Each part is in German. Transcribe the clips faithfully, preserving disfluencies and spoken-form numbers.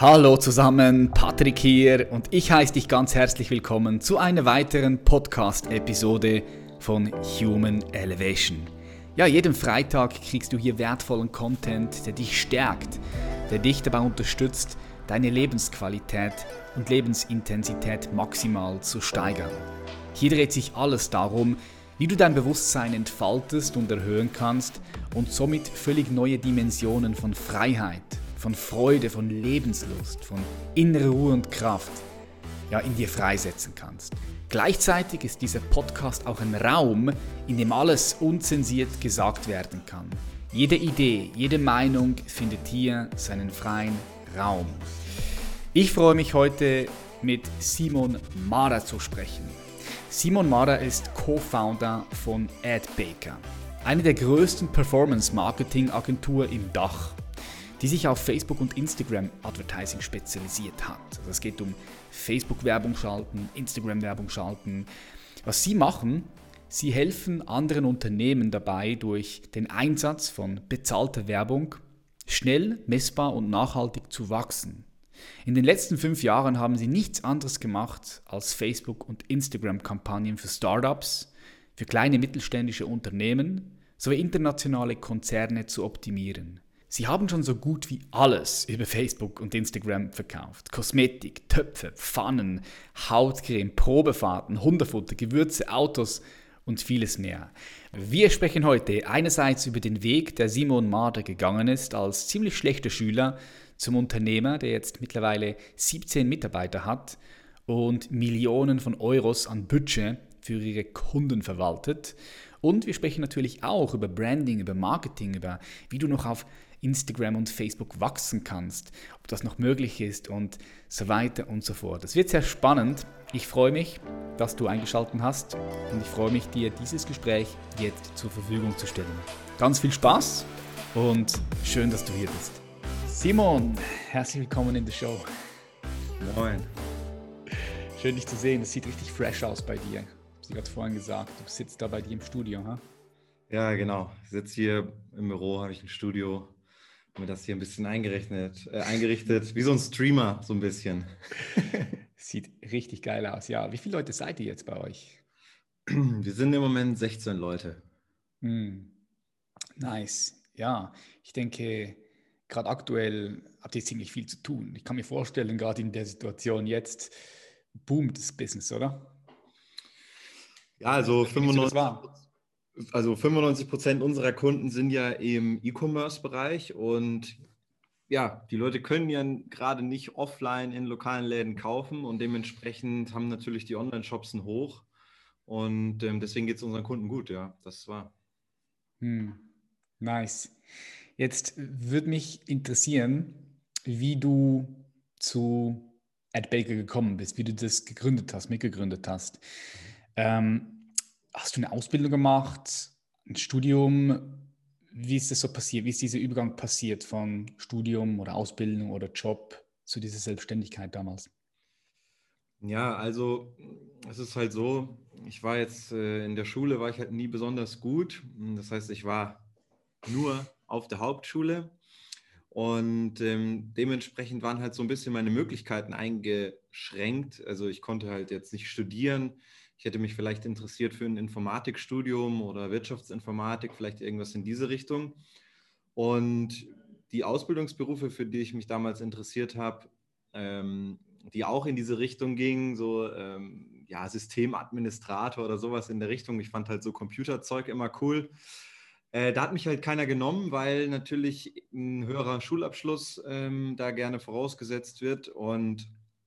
Hallo zusammen, Patrick hier und ich heiße dich ganz herzlich willkommen zu einer weiteren Podcast-Episode von Human Elevation. Ja, jeden Freitag kriegst du hier wertvollen Content, der dich stärkt, der dich dabei unterstützt, deine Lebensqualität und Lebensintensität maximal zu steigern. Hier dreht sich alles darum, wie du dein Bewusstsein entfaltest und erhöhen kannst und somit völlig neue Dimensionen von Freiheit, von Freude, von Lebenslust, von innerer Ruhe und Kraft ja, in dir freisetzen kannst. Gleichzeitig ist dieser Podcast auch ein Raum, in dem alles unzensiert gesagt werden kann. Jede Idee, jede Meinung findet hier seinen freien Raum. Ich freue mich heute mit Simon Mara zu sprechen. Simon Mara ist Co-Founder von AdBaker, eine der größten Performance-Marketing-Agenturen im Dach, die sich auf Facebook und Instagram Advertising spezialisiert hat. Also es geht um Facebook-Werbung schalten, Instagram-Werbung schalten. Was sie machen, sie helfen anderen Unternehmen dabei, durch den Einsatz von bezahlter Werbung schnell, messbar und nachhaltig zu wachsen. In den letzten fünf Jahren haben sie nichts anderes gemacht, als Facebook- und Instagram-Kampagnen für Startups, für kleine mittelständische Unternehmen sowie internationale Konzerne zu optimieren. Sie haben schon so gut wie alles über Facebook und Instagram verkauft. Kosmetik, Töpfe, Pfannen, Hautcreme, Probefahrten, Hundefutter, Gewürze, Autos und vieles mehr. Wir sprechen heute einerseits über den Weg, der Simon Mara gegangen ist als ziemlich schlechter Schüler zum Unternehmer, der jetzt mittlerweile siebzehn Mitarbeiter hat und Millionen von Euros an Budget für ihre Kunden verwaltet. Und wir sprechen natürlich auch über Branding, über Marketing, über wie du noch auf Instagram und Facebook wachsen kannst, ob das noch möglich ist und so weiter und so fort. Das wird sehr spannend. Ich freue mich, dass du eingeschaltet hast und ich freue mich, dir dieses Gespräch jetzt zur Verfügung zu stellen. Ganz viel Spaß und schön, dass du hier bist. Simon, herzlich willkommen in der Show. Moin. Schön, dich zu sehen. Es sieht richtig fresh aus bei dir. Ich habe gerade vorhin gesagt, du sitzt da bei dir im Studio, ha? Ja, genau. Ich sitze hier im Büro, habe ich ein Studio, mir das hier ein bisschen eingerichtet, äh, eingerichtet, wie so ein Streamer, so ein bisschen. Sieht richtig geil aus, ja. Wie viele Leute seid ihr jetzt bei euch? Wir sind im Moment sechzehn Leute. Mm, nice. Ja, ich denke, gerade aktuell habt ihr ziemlich viel zu tun. Ich kann mir vorstellen, gerade in der Situation jetzt boomt das Business, oder? Ja, also Nimmst du das 95, wahr? also fünfundneunzig Prozent unserer Kunden sind ja im E-Commerce-Bereich und ja, die Leute können ja gerade nicht offline in lokalen Läden kaufen und dementsprechend haben natürlich die Online-Shops einen Hoch und ähm, deswegen geht es unseren Kunden gut, ja, das war. Hm, nice. Jetzt würde mich interessieren, wie du zu AdBaker gekommen bist, wie du das gegründet hast, mitgegründet hast. Ähm, hast du eine Ausbildung gemacht, ein Studium? Wie ist das so passiert? Wie ist dieser Übergang passiert von Studium oder Ausbildung oder Job zu dieser Selbstständigkeit damals? Ja, also es ist halt so, ich war jetzt äh, in der Schule, war ich halt nie besonders gut. Das heißt, ich war nur auf der Hauptschule und ähm, dementsprechend waren halt so ein bisschen meine Möglichkeiten eingeschränkt. Also ich konnte halt jetzt nicht studieren. Ich hätte mich vielleicht interessiert für ein Informatikstudium oder Wirtschaftsinformatik, vielleicht irgendwas in diese Richtung. Und die Ausbildungsberufe, für die ich mich damals interessiert habe, ähm, die auch in diese Richtung gingen, so ähm, ja, Systemadministrator oder sowas in der Richtung. Ich fand halt so Computerzeug immer cool. Äh, da hat mich halt keiner genommen, weil natürlich ein höherer Schulabschluss ähm, da gerne vorausgesetzt wird. Und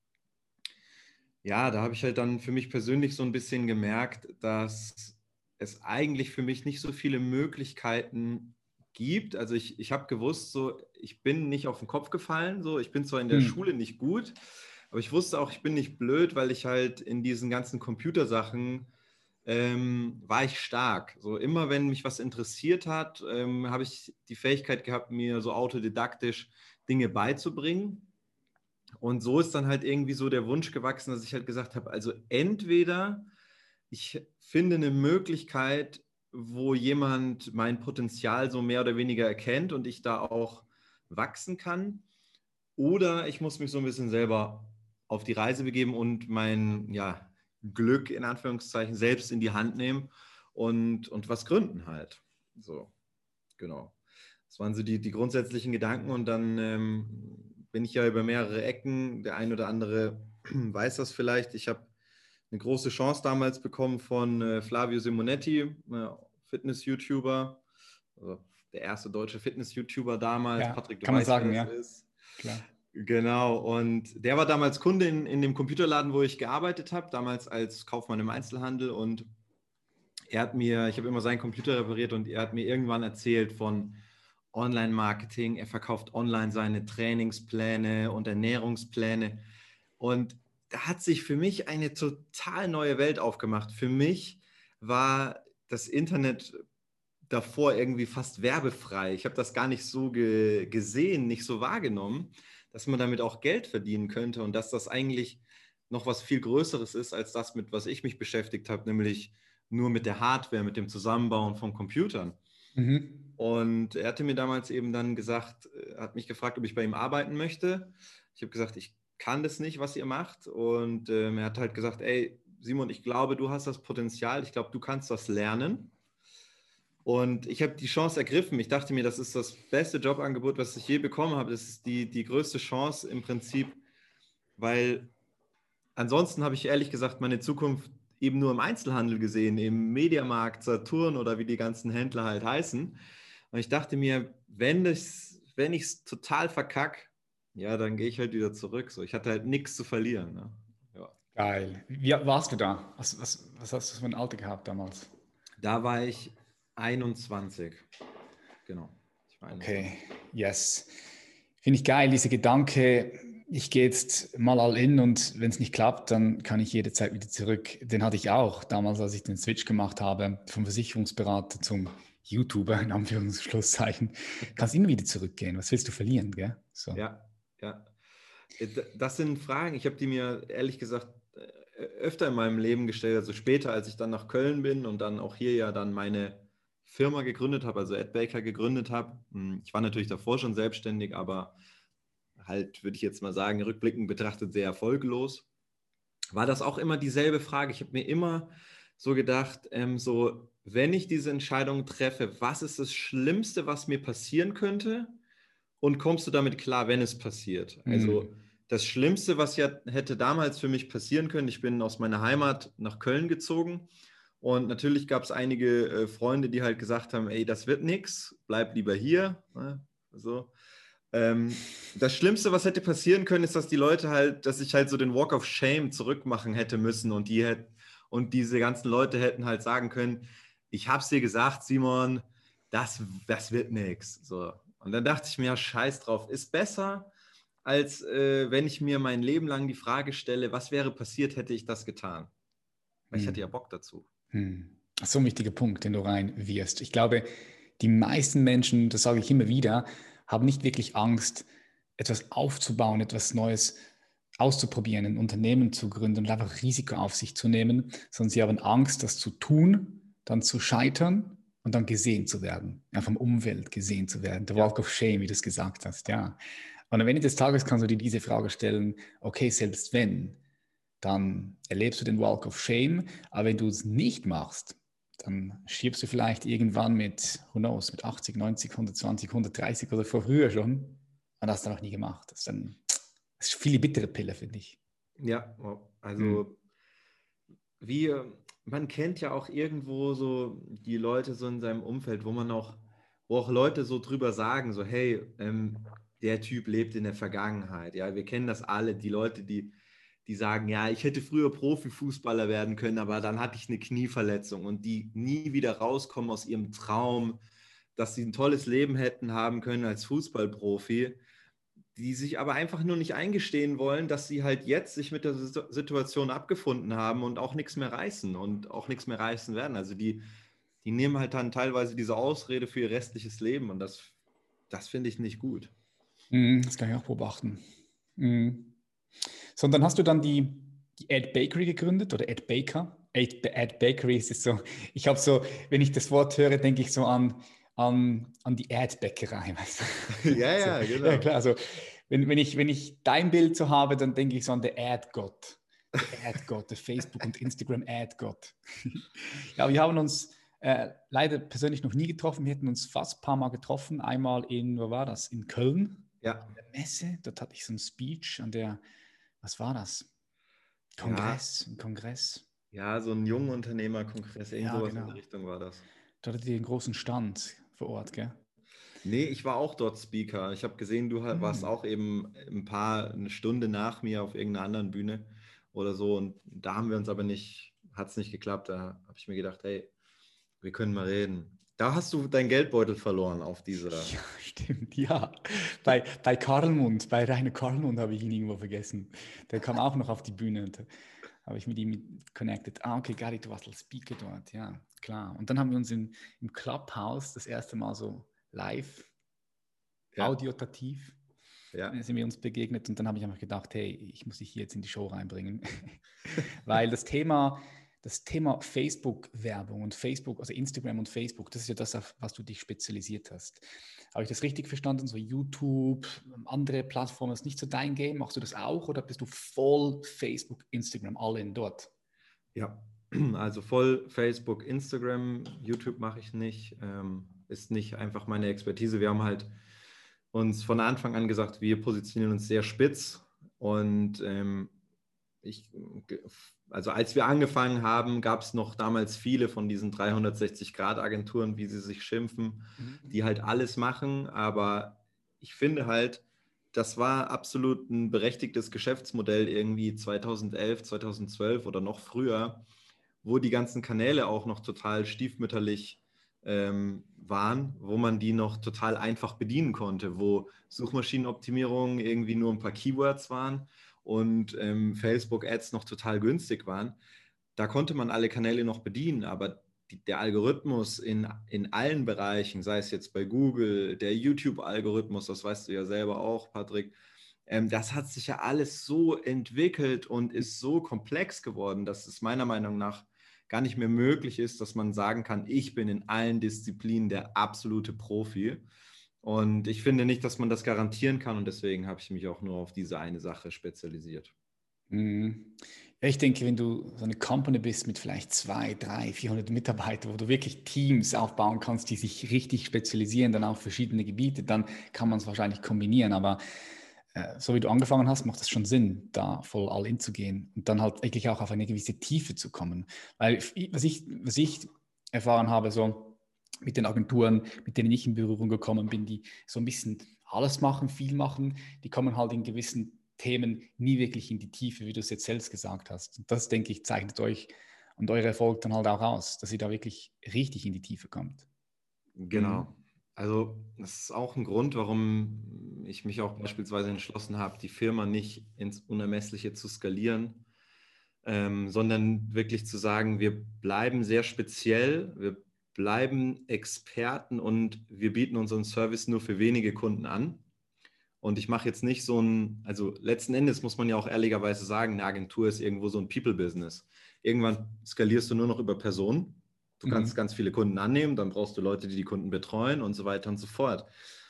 ja, da habe ich halt dann für mich persönlich so ein bisschen gemerkt, dass es eigentlich für mich nicht so viele Möglichkeiten gibt. Also ich, ich habe gewusst, so, ich bin nicht auf den Kopf gefallen, so, ich bin zwar in der Hm. Schule nicht gut, aber ich wusste auch, ich bin nicht blöd, weil ich halt in diesen ganzen Computersachen ähm, war ich stark. So immer, wenn mich was interessiert hat, ähm, habe ich die Fähigkeit gehabt, mir so autodidaktisch Dinge beizubringen. Und so ist dann halt irgendwie so der Wunsch gewachsen, dass ich halt gesagt habe, also entweder ich finde eine Möglichkeit, wo jemand mein Potenzial so mehr oder weniger erkennt und ich da auch wachsen kann. oder ich muss mich so ein bisschen selber auf die Reise begeben und mein ja, Glück in Anführungszeichen selbst in die Hand nehmen und, und was gründen halt. So, genau. Das waren so die, die grundsätzlichen Gedanken und dann ähm, bin ich ja über mehrere Ecken. Der ein oder andere weiß das vielleicht. Ich habe eine große Chance damals bekommen von äh, Flavio Simonetti, äh, Fitness-YouTuber, also der erste deutsche Fitness-YouTuber damals. Ja, Patrick, du kann man weißt, wer sagen, das ja, ist. klar. Genau, und der war damals Kunde in, in dem Computerladen, wo ich gearbeitet habe, damals als Kaufmann im Einzelhandel und er hat mir, ich habe immer seinen Computer repariert und er hat mir irgendwann erzählt von Online-Marketing, er verkauft online seine Trainingspläne und Ernährungspläne und da hat sich für mich eine total neue Welt aufgemacht. Für mich war das Internet davor irgendwie fast werbefrei. Ich habe das gar nicht so ge gesehen, nicht so wahrgenommen, dass man damit auch Geld verdienen könnte und dass das eigentlich noch was viel Größeres ist als das, mit was ich mich beschäftigt habe, nämlich nur mit der Hardware, mit dem Zusammenbauen von Computern. Mhm. Und er hatte mir damals eben dann gesagt, hat mich gefragt, ob ich bei ihm arbeiten möchte. Ich habe gesagt, ich kann das nicht, was ihr macht. Und ähm, er hat halt gesagt, ey, Simon, ich glaube, du hast das Potenzial, ich glaube, du kannst das lernen. Und ich habe die Chance ergriffen. Ich dachte mir, das ist das beste Jobangebot, was ich je bekommen habe. Das ist die, die größte Chance im Prinzip, weil ansonsten habe ich ehrlich gesagt meine Zukunft eben nur im Einzelhandel gesehen, im Mediamarkt, Saturn oder wie die ganzen Händler halt heißen. Und ich dachte mir, wenn ich wenn ich es total verkack, ja, dann gehe ich halt wieder zurück. So, ich hatte halt nichts zu verlieren. Ne? Ja. Geil. Wie alt warst du da? Was, was, was hast du für ein Alter gehabt damals? Da war ich einundzwanzig. Genau. Ich war Okay, einundzwanzig. yes. Finde ich geil, dieser Gedanke, ich gehe jetzt mal all in und wenn es nicht klappt, dann kann ich jederzeit wieder zurück. Den hatte ich auch damals, als ich den Switch gemacht habe, vom Versicherungsberater zum YouTuber, in Anführungszeichen. Kannst immer wieder zurückgehen. Was willst du verlieren, gell? So. Ja, ja. Das sind Fragen, ich habe die mir ehrlich gesagt öfter in meinem Leben gestellt, also später, als ich dann nach Köln bin und dann auch hier ja dann meine Firma gegründet habe, also Ed Baker gegründet habe. Ich war natürlich davor schon selbstständig, aber halt, würde ich jetzt mal sagen, rückblickend betrachtet sehr erfolglos. War das auch immer dieselbe Frage? Ich habe mir immer so gedacht, ähm, so, wenn ich diese Entscheidung treffe, was ist das Schlimmste, was mir passieren könnte? Und kommst du damit klar, wenn es passiert? Also Mm. das Schlimmste, was ja hätte damals für mich passieren können, ich bin aus meiner Heimat nach Köln gezogen und natürlich gab es einige äh, Freunde, die halt gesagt haben, ey, das wird nichts, bleib lieber hier. Ne? So. Ähm, das Schlimmste, was hätte passieren können, ist, dass die Leute halt, dass ich halt so den Walk of Shame zurückmachen hätte müssen und die hätten, und diese ganzen Leute hätten halt sagen können, ich hab's dir gesagt, Simon, das, das wird nichts. So. Und dann dachte ich mir, ja, scheiß drauf, ist besser, als äh, wenn ich mir mein Leben lang die Frage stelle, was wäre passiert, hätte ich das getan? Weil ich hatte ja Mm. Bock dazu. Hm. Das ist so ein wichtiger Punkt, den du reinwirfst. Ich glaube, die meisten Menschen, das sage ich immer wieder, haben nicht wirklich Angst, etwas aufzubauen, etwas Neues auszuprobieren, ein Unternehmen zu gründen und einfach Risiko auf sich zu nehmen, sondern sie haben Angst, das zu tun, dann zu scheitern und dann gesehen zu werden, ja, vom Umfeld gesehen zu werden. Der Ja, Walk of Shame, wie du es gesagt hast, ja. Und am Ende des Tages kannst du dir diese Frage stellen, okay, selbst wenn, dann erlebst du den Walk of Shame. Aber wenn du es nicht machst, dann schiebst du vielleicht irgendwann mit, who knows, mit achtzig, neunzig, hundertzwanzig, hundertdreißig oder vor früher schon und hast dann noch nie gemacht. Das ist dann das ist viele bittere Pille, finde ich. ja, Hm. also wie, man kennt ja auch irgendwo so die Leute so in seinem Umfeld, wo man auch, wo auch Leute so drüber sagen, so hey, ähm, der Typ lebt in der Vergangenheit. Ja, wir kennen das alle, die Leute, die, die sagen, ja, ich hätte früher Profifußballer werden können, aber dann hatte ich eine Knieverletzung und die nie wieder rauskommen aus ihrem Traum, dass sie ein tolles Leben hätten haben können als Fußballprofi, die sich aber einfach nur nicht eingestehen wollen, dass sie halt jetzt sich mit der Situation abgefunden haben und auch nichts mehr reißen und auch nichts mehr reißen werden. Also die, die nehmen halt dann teilweise diese Ausrede für ihr restliches Leben und das, das finde ich nicht gut. Hm, das kann ich auch beobachten. Hm. So, und dann hast du dann die, die Ed Bakery gegründet oder Ed Baker. Ed, Ed Bakery ist es so, ich habe so, wenn ich das Wort höre, denke ich so an, an, an die Erdbäckerei. Weißt du? Ja, So, ja, ja, genau. klar, also wenn, wenn, ich, wenn ich dein Bild so habe, dann denke ich so an den Ad-Gott. Der Ad-Gott, der Facebook- und Instagram-Ad-Gott. Ja, wir haben uns äh, leider persönlich noch nie getroffen. Wir hätten uns fast ein paar Mal getroffen. Einmal in, wo war das? In Köln, Ja, an der Messe. Dort hatte ich so ein Speech an der, was war das? ja, Kongress, ein Kongress. ja, so ein Jungunternehmerkongress, irgend Ja, sowas in der genau. Richtung war das. Dort hattet ihr einen großen Stand vor Ort, gell? Nee, ich war auch dort Speaker. Ich habe gesehen, du ha- warst Hm. auch eben ein paar, eine Stunde nach mir auf irgendeiner anderen Bühne oder so. Und da haben wir uns aber nicht, hat es nicht geklappt. Da habe ich mir gedacht, hey, wir können mal reden. Da hast du deinen Geldbeutel verloren auf dieser. Ja, stimmt, ja. Bei, bei Karlmund, bei Rainer Karlmund habe ich ihn irgendwo vergessen. Der kam auch noch auf die Bühne und da habe ich mit ihm connected. Ah, okay, Gary, du warst als Speaker dort, ja, klar. Und dann haben wir uns im, im Clubhouse das erste Mal so live, Ja, audiotativ, ja. äh, sind wir uns begegnet und dann habe ich einfach gedacht, hey, ich muss dich hier jetzt in die Show reinbringen. Weil das Thema, das Thema Facebook-Werbung und Facebook, also Instagram und Facebook, das ist ja das, auf was du dich spezialisiert hast. Habe ich das richtig verstanden? So YouTube, andere Plattformen, ist nicht so dein Game? Machst du das auch oder bist du voll Facebook, Instagram, all in dort? Ja, also voll Facebook, Instagram, YouTube mache ich nicht. Ähm, ist nicht einfach meine Expertise. Wir haben halt uns von Anfang an gesagt, wir positionieren uns sehr spitz. Und ähm, ich, also als wir angefangen haben, gab es noch damals viele von diesen dreihundertsechzig-Grad-Agenturen, wie sie sich schimpfen, Mhm. die halt alles machen. Aber ich finde halt, das war absolut ein berechtigtes Geschäftsmodell irgendwie zweitausendelf, zweitausendzwölf oder noch früher, wo die ganzen Kanäle auch noch total stiefmütterlich ähm, waren, wo man die noch total einfach bedienen konnte, wo Suchmaschinenoptimierung irgendwie nur ein paar Keywords waren und ähm, Facebook-Ads noch total günstig waren. Da konnte man alle Kanäle noch bedienen, aber die, der Algorithmus in, in allen Bereichen, sei es jetzt bei Google, der YouTube-Algorithmus, das weißt du ja selber auch, Patrick, ähm, das hat sich ja alles so entwickelt und ist so komplex geworden, dass es meiner Meinung nach gar nicht mehr möglich ist, dass man sagen kann, ich bin in allen Disziplinen der absolute Profi. Und ich finde nicht, dass man das garantieren kann und deswegen habe ich mich auch nur auf diese eine Sache spezialisiert. Mhm. Ja, ich denke, wenn du so eine Company bist mit vielleicht zwei, drei, vierhundert Mitarbeitern, wo du wirklich Teams aufbauen kannst, die sich richtig spezialisieren, dann auf verschiedene Gebiete, dann kann man es wahrscheinlich kombinieren. Aber äh, so wie du angefangen hast, macht es schon Sinn, da voll all in zu gehen und dann halt wirklich auch auf eine gewisse Tiefe zu kommen. Weil was ich, was ich erfahren habe, so mit den Agenturen, mit denen ich in Berührung gekommen bin, die so ein bisschen alles machen, viel machen, die kommen halt in gewissen Themen nie wirklich in die Tiefe, wie du es jetzt selbst gesagt hast. Und das, denke ich, zeichnet euch und euer Erfolg dann halt auch aus, dass ihr da wirklich richtig in die Tiefe kommt. Mhm. Genau. Also das ist auch ein Grund, warum ich mich auch beispielsweise entschlossen habe, die Firma nicht ins Unermessliche zu skalieren, ähm, sondern wirklich zu sagen, wir bleiben sehr speziell, wir bleiben Experten und wir bieten unseren Service nur für wenige Kunden an. Und ich mache jetzt nicht so ein, also letzten Endes muss man ja auch ehrlicherweise sagen, eine Agentur ist irgendwo so ein People-Business. Irgendwann skalierst du nur noch über Personen. Du kannst Mhm. ganz viele Kunden annehmen, dann brauchst du Leute, die die Kunden betreuen und so weiter und so fort.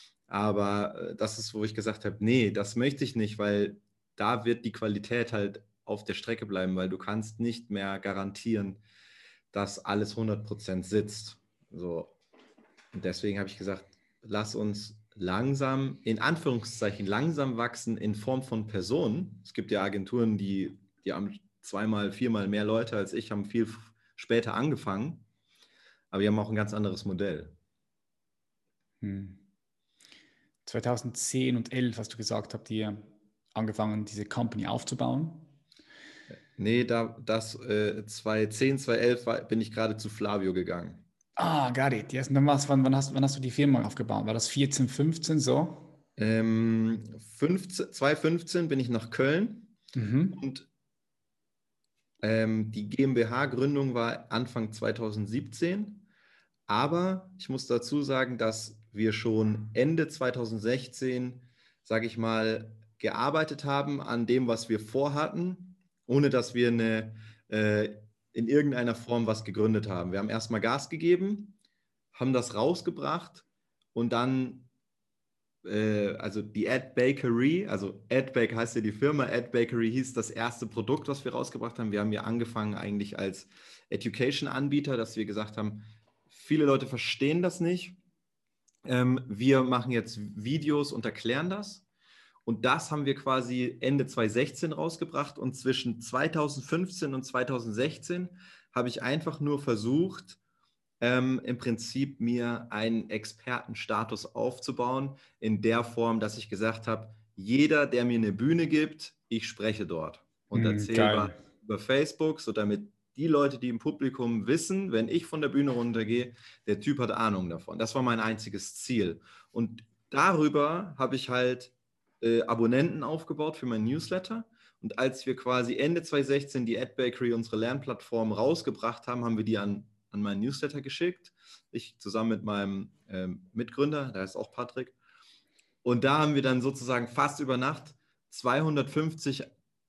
Aber äh, das ist, wo ich gesagt habe, nee, das möchte ich nicht, weil da wird die Qualität halt auf der Strecke bleiben, weil du kannst nicht mehr garantieren, dass alles hundert Prozent sitzt. So. Und deswegen habe ich gesagt, lass uns langsam, in Anführungszeichen, langsam wachsen in Form von Personen. Es gibt ja Agenturen, die, die haben zweimal, viermal mehr Leute als ich, haben viel später angefangen, aber die haben auch ein ganz anderes Modell. Mhm. zweitausendzehn und elf hast du gesagt, habt ihr angefangen, diese Company aufzubauen? Nee, da, das äh, zweitausendzehn, zweitausendelf war, bin ich gerade zu Flavio gegangen. Ah, got it. Yes. Und dann war's, wann, wann, hast, wann hast du die Firma aufgebaut? War das vierzehn, fünfzehn so? Ähm, fünfzehn, zweitausendfünfzehn bin ich nach Köln Mhm. und ähm, die GmbH-Gründung war Anfang zweitausendsiebzehn. Aber ich muss dazu sagen, dass wir schon Ende zweitausendsechzehn, sage ich mal, gearbeitet haben an dem, was wir vorhatten, ohne dass wir eine, äh, in irgendeiner Form was gegründet haben. Wir haben erstmal Gas gegeben, haben das rausgebracht und dann äh, also die Ad Bakery, also AdBake heißt ja die Firma, Ad Bakery hieß das erste Produkt, was wir rausgebracht haben. Wir haben ja angefangen eigentlich als Education-Anbieter, dass wir gesagt haben, viele Leute verstehen das nicht. Ähm, wir machen jetzt Videos und erklären das. Und das haben wir quasi Ende zwanzig sechzehn rausgebracht. Und zwischen zwanzig fünfzehn und zwanzig sechzehn habe ich einfach nur versucht, ähm, im Prinzip mir einen Expertenstatus aufzubauen, in der Form, dass ich gesagt habe, jeder, der mir eine Bühne gibt, ich spreche dort und Hm, erzähle was geil. über Facebook, so damit die Leute, die im Publikum wissen, wenn ich von der Bühne runtergehe, der Typ hat Ahnung davon. Das war mein einziges Ziel. Und darüber habe ich halt äh, Abonnenten aufgebaut für meinen Newsletter. Und als wir quasi Ende zwanzig sechzehn die Ad Bakery, unsere Lernplattform, rausgebracht haben, haben wir die an, an meinen Newsletter geschickt. Ich zusammen mit meinem ähm, Mitgründer, der heißt auch Patrick. Und da haben wir dann sozusagen fast über Nacht zweihundertfünfzig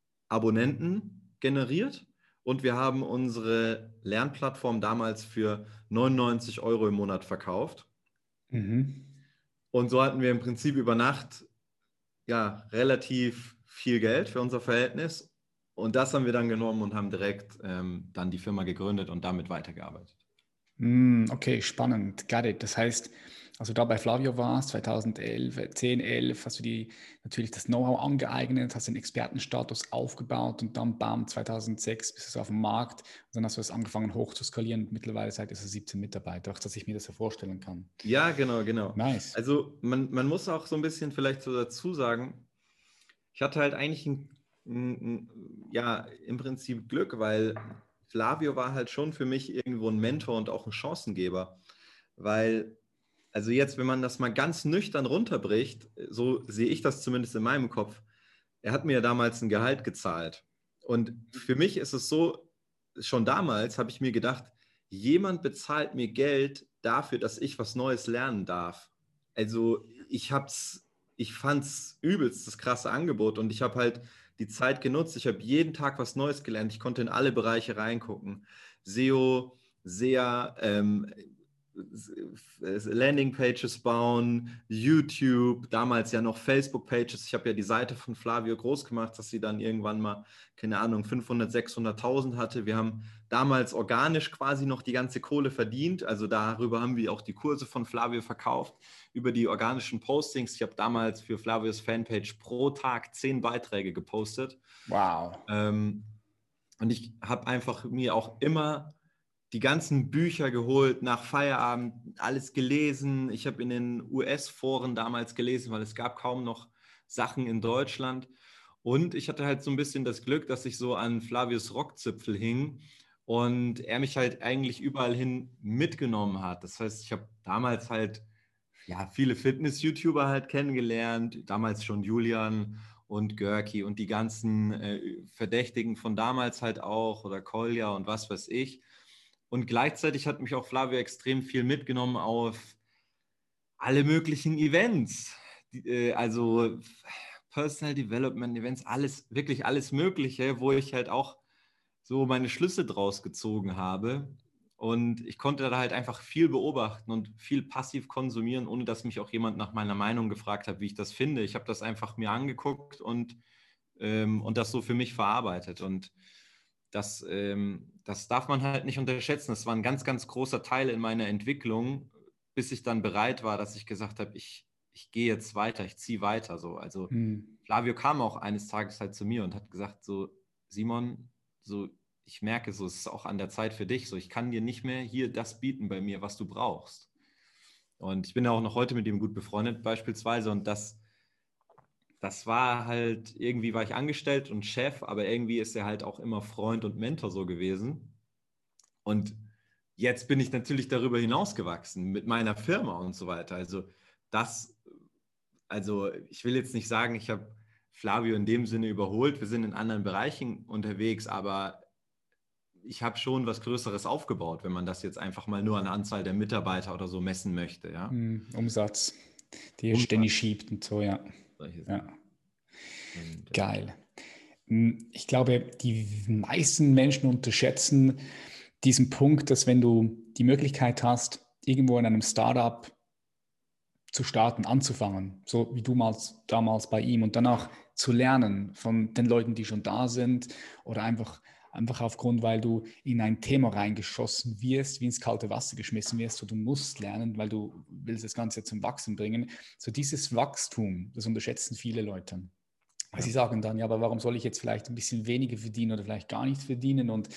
Abonnenten generiert. Und wir haben unsere Lernplattform damals für neunundneunzig Euro im Monat verkauft. Mhm. Und so hatten wir im Prinzip über Nacht ja relativ viel Geld für unser Verhältnis. Und das haben wir dann genommen und haben direkt ähm, dann die Firma gegründet und damit weitergearbeitet. Hm, okay, spannend. Got it. Das heißt, also da bei Flavio warst, zweitausendelf, zehn, elf, hast du die natürlich das Know-how angeeignet, hast den Expertenstatus aufgebaut und dann bam, zweitausendsechs bist du auf dem Markt und dann hast du es angefangen hoch zu skalieren und mittlerweile seid ihr so siebzehn Mitarbeiter, auch dass ich mir das so vorstellen kann. Ja, genau, genau. Nice. Also man, man muss auch so ein bisschen vielleicht so dazu sagen, ich hatte halt eigentlich ein, ein, ein, ja, im Prinzip Glück, weil Flavio war halt schon für mich irgendwo ein Mentor und auch ein Chancengeber. Weil, also jetzt, wenn man das mal ganz nüchtern runterbricht, so sehe ich das zumindest in meinem Kopf, er hat mir ja damals ein Gehalt gezahlt. Und für mich ist es so, schon damals habe ich mir gedacht, jemand bezahlt mir Geld dafür, dass ich was Neues lernen darf. Also ich hab's, ich fand's übelst das krasse Angebot und ich habe halt die Zeit genutzt. Ich habe jeden Tag was Neues gelernt. Ich konnte in alle Bereiche reingucken. S E O, S E A, ähm, Landingpages bauen, YouTube, damals ja noch Facebook-Pages. Ich habe ja die Seite von Flavio groß gemacht, dass sie dann irgendwann mal, keine Ahnung, fünfhundert, sechshunderttausend hatte. Wir haben damals organisch quasi noch die ganze Kohle verdient. Also darüber haben wir auch die Kurse von Flavio verkauft, über die organischen Postings. Ich habe damals für Flavios Fanpage pro Tag zehn Beiträge gepostet. Wow. Ähm, und ich habe einfach mir auch immer die ganzen Bücher geholt, nach Feierabend alles gelesen. Ich habe in den U S-Foren damals gelesen, weil es gab kaum noch Sachen in Deutschland. Und ich hatte halt so ein bisschen das Glück, dass ich so an Flavius Rockzipfel hing und er mich halt eigentlich überall hin mitgenommen hat. Das heißt, ich habe damals halt ja, viele Fitness-YouTuber halt kennengelernt, damals schon Julian und Görki und die ganzen äh, Verdächtigen von damals halt auch oder Kolja und was weiß ich. Und gleichzeitig hat mich auch Flavio extrem viel mitgenommen auf alle möglichen Events. Die, äh, also Personal Development Events, alles, wirklich alles Mögliche, wo ich halt auch so meine Schlüsse draus gezogen habe. Und ich konnte da halt einfach viel beobachten und viel passiv konsumieren, ohne dass mich auch jemand nach meiner Meinung gefragt hat, wie ich das finde. Ich habe das einfach mir angeguckt und, ähm, und das so für mich verarbeitet. Und das, ähm, das darf man halt nicht unterschätzen. Das war ein ganz, ganz großer Teil in meiner Entwicklung, bis ich dann bereit war, dass ich gesagt habe, ich, ich gehe jetzt weiter, ich ziehe weiter. So. Also Hm. Flavio kam auch eines Tages halt zu mir und hat gesagt, so Simon, so ich merke so, es ist auch an der Zeit für dich, so ich kann dir nicht mehr hier das bieten bei mir, was du brauchst. Und ich bin ja auch noch heute mit ihm gut befreundet beispielsweise und das das war halt, irgendwie war ich angestellt und Chef, aber irgendwie ist er halt auch immer Freund und Mentor so gewesen. Und jetzt bin ich natürlich darüber hinausgewachsen mit meiner Firma und so weiter. Also das, also ich will jetzt nicht sagen, ich habe Flavio in dem Sinne überholt. Wir sind in anderen Bereichen unterwegs, aber ich habe schon was Größeres aufgebaut, wenn man das jetzt einfach mal nur an der Anzahl der Mitarbeiter oder so messen möchte. Ja? Hm, Umsatz, die Umsatz, ständig schiebt und so, ja. solche Ja, Sachen. Und, äh, geil. Hm, Ich glaube, die meisten Menschen unterschätzen diesen Punkt, dass wenn du die Möglichkeit hast, irgendwo in einem Startup zu starten, anzufangen, so wie du mal, damals bei ihm und danach zu lernen von den Leuten, die schon da sind oder einfach, einfach aufgrund, weil du in ein Thema reingeschossen wirst, wie ins kalte Wasser geschmissen wirst, so du musst lernen, weil du willst das Ganze zum Wachsen bringen. So dieses Wachstum, das unterschätzen viele Leute. Weil Ja. sie sagen dann, ja, aber warum soll ich jetzt vielleicht ein bisschen weniger verdienen oder vielleicht gar nichts verdienen und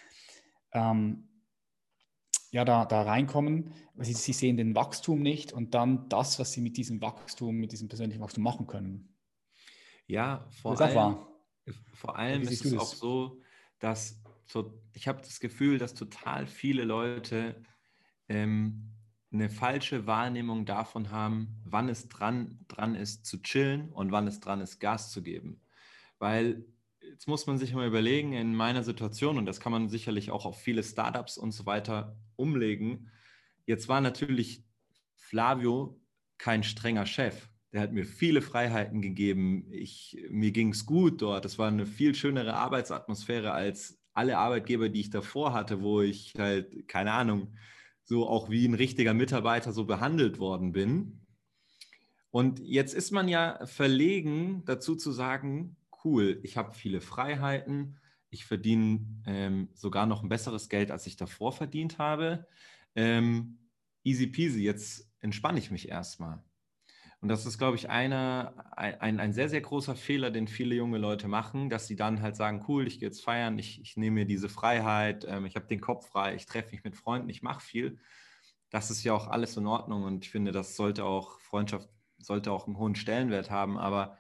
ähm, ja, da, da reinkommen, weil sie, sie sehen den Wachstum nicht und dann das, was sie mit diesem Wachstum, mit diesem persönlichen Wachstum machen können. Ja, Das vor ist auch allem, wahr. vor Oder wie allem ist siehst du es auch das? so, dass so, ich habe das Gefühl, dass total viele Leute ähm, eine falsche Wahrnehmung davon haben, wann es dran, dran ist zu chillen und wann es dran ist, Gas zu geben. Weil jetzt muss man sich mal überlegen, in meiner Situation, und das kann man sicherlich auch auf viele Startups und so weiter umlegen, jetzt war natürlich Flavio kein strenger Chef. Der hat mir viele Freiheiten gegeben. Ich, mir ging es gut dort. Es war eine viel schönere Arbeitsatmosphäre als alle Arbeitgeber, die ich davor hatte, wo ich halt, keine Ahnung, so auch wie ein richtiger Mitarbeiter so behandelt worden bin. Und jetzt ist man ja verlegen dazu zu sagen, cool, ich habe viele Freiheiten, ich verdiene ähm, sogar noch ein besseres Geld, als ich davor verdient habe. Ähm, easy peasy, jetzt entspanne ich mich erstmal. Und das ist, glaube ich, einer, ein, ein sehr, sehr großer Fehler, den viele junge Leute machen, dass sie dann halt sagen, cool, ich gehe jetzt feiern, ich, ich nehme mir diese Freiheit, ähm, ich habe den Kopf frei, ich treffe mich mit Freunden, ich mache viel. Das ist ja auch alles in Ordnung und ich finde, das sollte auch, Freundschaft sollte auch einen hohen Stellenwert haben, aber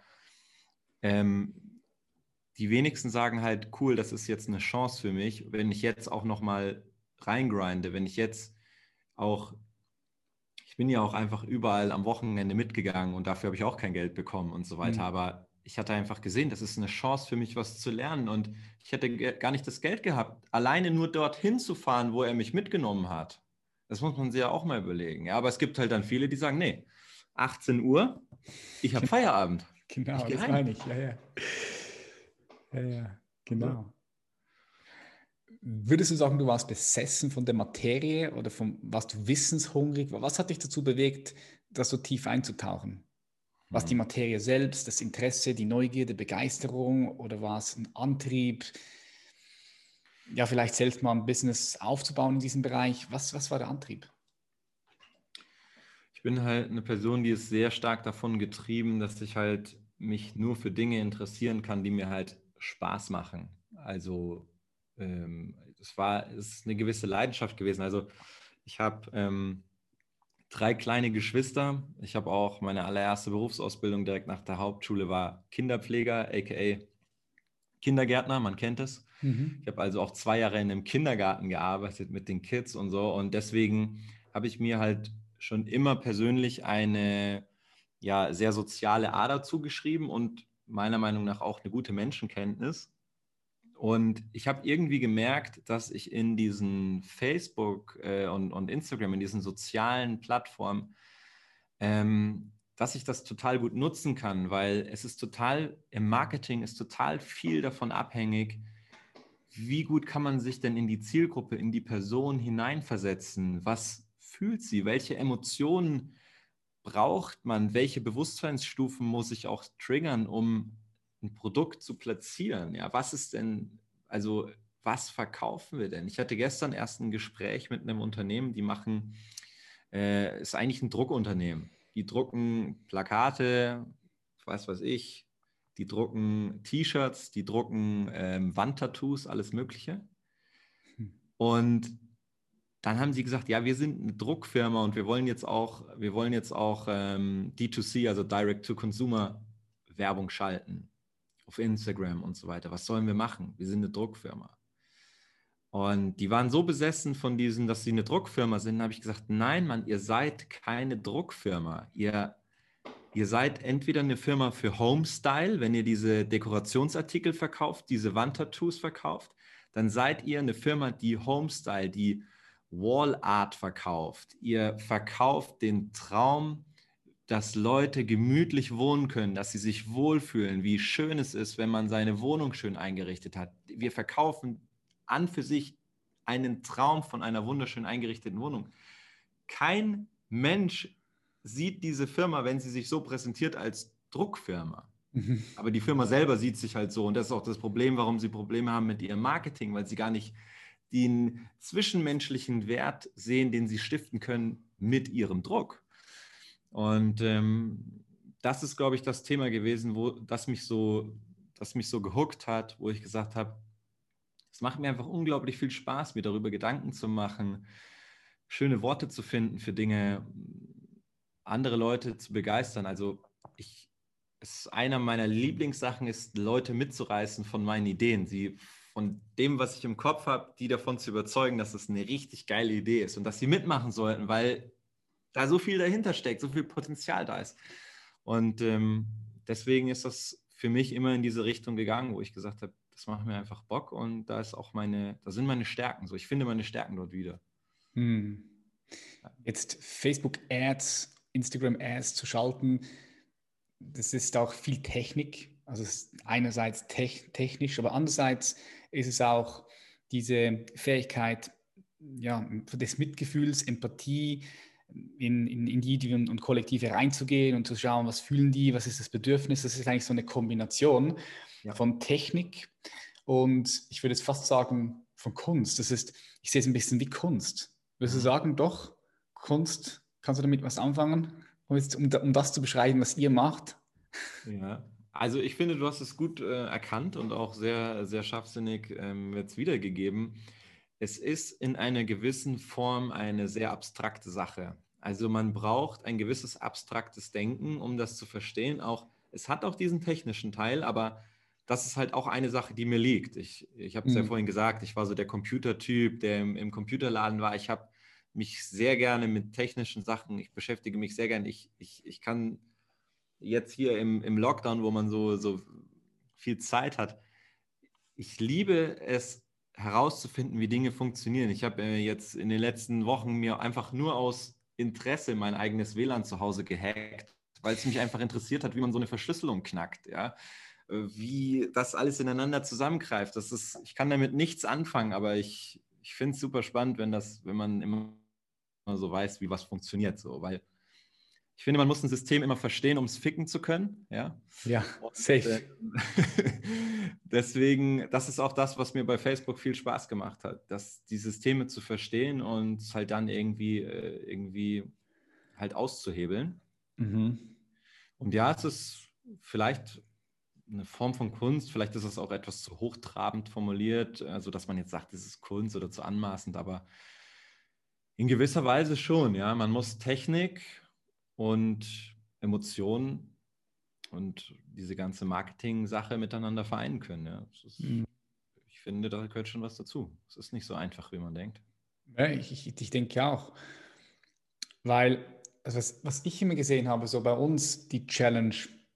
ähm, die wenigsten sagen halt, cool, das ist jetzt eine Chance für mich, wenn ich jetzt auch nochmal reingrinde, wenn ich jetzt auch, ich bin ja auch einfach überall am Wochenende mitgegangen und dafür habe ich auch kein Geld bekommen und so weiter, Hm. aber ich hatte einfach gesehen, das ist eine Chance für mich, was zu lernen und ich hätte gar nicht das Geld gehabt, alleine nur dorthin zu fahren, wo er mich mitgenommen hat. Das muss man sich ja auch mal überlegen. Ja, aber es gibt halt dann viele, die sagen, nee, achtzehn Uhr, ich habe Genau, Feierabend. Ich genau, gehe das heim. meine ich. Ja, ja. Ja, ja, So. genau. Würdest du sagen, du warst besessen von der Materie oder von, warst du wissenshungrig? Was hat dich dazu bewegt, da so tief einzutauchen? Was die Hm. Materie selbst, das Interesse, die Neugierde, Begeisterung oder war es ein Antrieb, ja, vielleicht selbst mal ein Business aufzubauen in diesem Bereich? Was, was war der Antrieb? Ich bin halt eine Person, die ist sehr stark davon getrieben, dass ich halt mich nur für Dinge interessieren kann, die mir halt Spaß machen. Also ähm, es war, es ist eine gewisse Leidenschaft gewesen. Also ich habe ähm, drei kleine Geschwister. Ich habe auch meine allererste Berufsausbildung direkt nach der Hauptschule war Kinderpfleger, aka Kindergärtner, man kennt es. Mhm. Ich habe also auch zwei Jahre in einem Kindergarten gearbeitet mit den Kids und so. Und deswegen habe ich mir halt schon immer persönlich eine ja, sehr soziale Ader zugeschrieben und meiner Meinung nach auch eine gute Menschenkenntnis. Und ich habe irgendwie gemerkt, dass ich in diesen Facebook äh, und, und Instagram, in diesen sozialen Plattformen, ähm, dass ich das total gut nutzen kann, weil es ist total, im Marketing ist total viel davon abhängig, wie gut kann man sich denn in die Zielgruppe, in die Person hineinversetzen? Was fühlt sie? Welche Emotionen braucht man? Welche Bewusstseinsstufen muss ich auch triggern, um ein Produkt zu platzieren? Ja, was ist denn, also was verkaufen wir denn? Ich hatte gestern erst ein Gespräch mit einem Unternehmen, die machen, äh, ist eigentlich ein Druckunternehmen. Die drucken Plakate, was weiß ich, die drucken T-Shirts, die drucken ähm, Wandtattoos, alles Mögliche. Und dann haben sie gesagt, ja, wir sind eine Druckfirma und wir wollen jetzt auch, wir wollen jetzt auch ähm, D zwei C, also Direct-to-Consumer Werbung schalten auf Instagram und so weiter. Was sollen wir machen? Wir sind eine Druckfirma. Und die waren so besessen von diesen, dass sie eine Druckfirma sind, habe ich gesagt, nein, Mann, ihr seid keine Druckfirma. Ihr, ihr seid entweder eine Firma für Homestyle, wenn ihr diese Dekorationsartikel verkauft, diese Wandtattoos verkauft, dann seid ihr eine Firma, die Homestyle, die Wall Art verkauft. Ihr verkauft den Traum, dass Leute gemütlich wohnen können, dass sie sich wohlfühlen, wie schön es ist, wenn man seine Wohnung schön eingerichtet hat. Wir verkaufen an für sich einen Traum von einer wunderschön eingerichteten Wohnung. Kein Mensch sieht diese Firma, wenn sie sich so präsentiert, als Druckfirma. Mhm. Aber die Firma selber sieht sich halt so. Und das ist auch das Problem, warum sie Probleme haben mit ihrem Marketing, weil sie gar nicht den zwischenmenschlichen Wert sehen, den sie stiften können mit ihrem Druck. Und ähm, das ist, glaube ich, das Thema gewesen, wo das mich so, das mich so gehuckt hat, wo ich gesagt habe, es macht mir einfach unglaublich viel Spaß, mir darüber Gedanken zu machen, schöne Worte zu finden für Dinge, andere Leute zu begeistern. Also ich, es ist einer meiner Lieblingssachen, ist, Leute mitzureißen von meinen Ideen, sie von dem, was ich im Kopf habe, die davon zu überzeugen, dass es eine richtig geile Idee ist und dass sie mitmachen sollten, weil da so viel dahinter steckt, so viel Potenzial da ist. Und ähm, deswegen ist das für mich immer in diese Richtung gegangen, wo ich gesagt habe, das macht mir einfach Bock und da ist auch meine, da sind meine Stärken. So, ich finde meine Stärken dort wieder. Hm. Jetzt Facebook-Ads, Instagram-Ads zu schalten, das ist auch viel Technik. Also es ist einerseits tech- technisch, aber andererseits ist es auch diese Fähigkeit, ja, des Mitgefühls, Empathie in, in Individuen und Kollektive reinzugehen und zu schauen, was fühlen die, was ist das Bedürfnis. Das ist eigentlich so eine Kombination Ja. von Technik und ich würde jetzt fast sagen von Kunst. Das ist, ich sehe es ein bisschen wie Kunst. Würdest du Mhm. sagen, doch, Kunst, kannst du damit was anfangen? Um, jetzt, um, um das zu beschreiben, was ihr macht? Ja, also ich finde, du hast es gut äh, erkannt und auch sehr, sehr scharfsinnig ähm, jetzt wiedergegeben. Es ist in einer gewissen Form eine sehr abstrakte Sache. Also man braucht ein gewisses abstraktes Denken, um das zu verstehen. Auch, es hat auch diesen technischen Teil, aber das ist halt auch eine Sache, die mir liegt. Ich, ich habe es ja Mhm. vorhin gesagt, ich war so der Computertyp, der im, im Computerladen war. Ich habe mich sehr gerne mit technischen Sachen, ich beschäftige mich sehr gerne. Ich, ich, ich kann jetzt hier im, im Lockdown, wo man so, so viel Zeit hat, ich liebe es herauszufinden, wie Dinge funktionieren. Ich habe äh, jetzt in den letzten Wochen mir einfach nur aus Interesse mein eigenes W L A N zu Hause gehackt, weil es mich einfach interessiert hat, wie man so eine Verschlüsselung knackt, ja, Äh, wie das alles ineinander zusammengreift. Das ist, ich kann damit nichts anfangen, aber ich, ich finde es super spannend, wenn das, wenn man immer so weiß, wie was funktioniert, so, weil ich finde, man muss ein System immer verstehen, um es ficken zu können. Ja? Ja, Und, äh, safe. deswegen, das ist auch das, was mir bei Facebook viel Spaß gemacht hat, dass die Systeme zu verstehen und halt dann irgendwie, äh, irgendwie halt auszuhebeln. Mhm. Und ja, es ist vielleicht eine Form von Kunst, vielleicht ist es auch etwas zu hochtrabend formuliert, also dass man jetzt sagt, es ist Kunst oder zu anmaßend, aber in gewisser Weise schon, ja. Man muss Technik und Emotionen und diese ganze Marketing-Sache miteinander vereinen können. Ja. Das ist, Mhm. ich finde, da gehört schon was dazu. Es ist nicht so einfach, wie man denkt. Ja, ich, ich, ich denke auch, weil also was, was ich immer gesehen habe, so bei uns die Challenge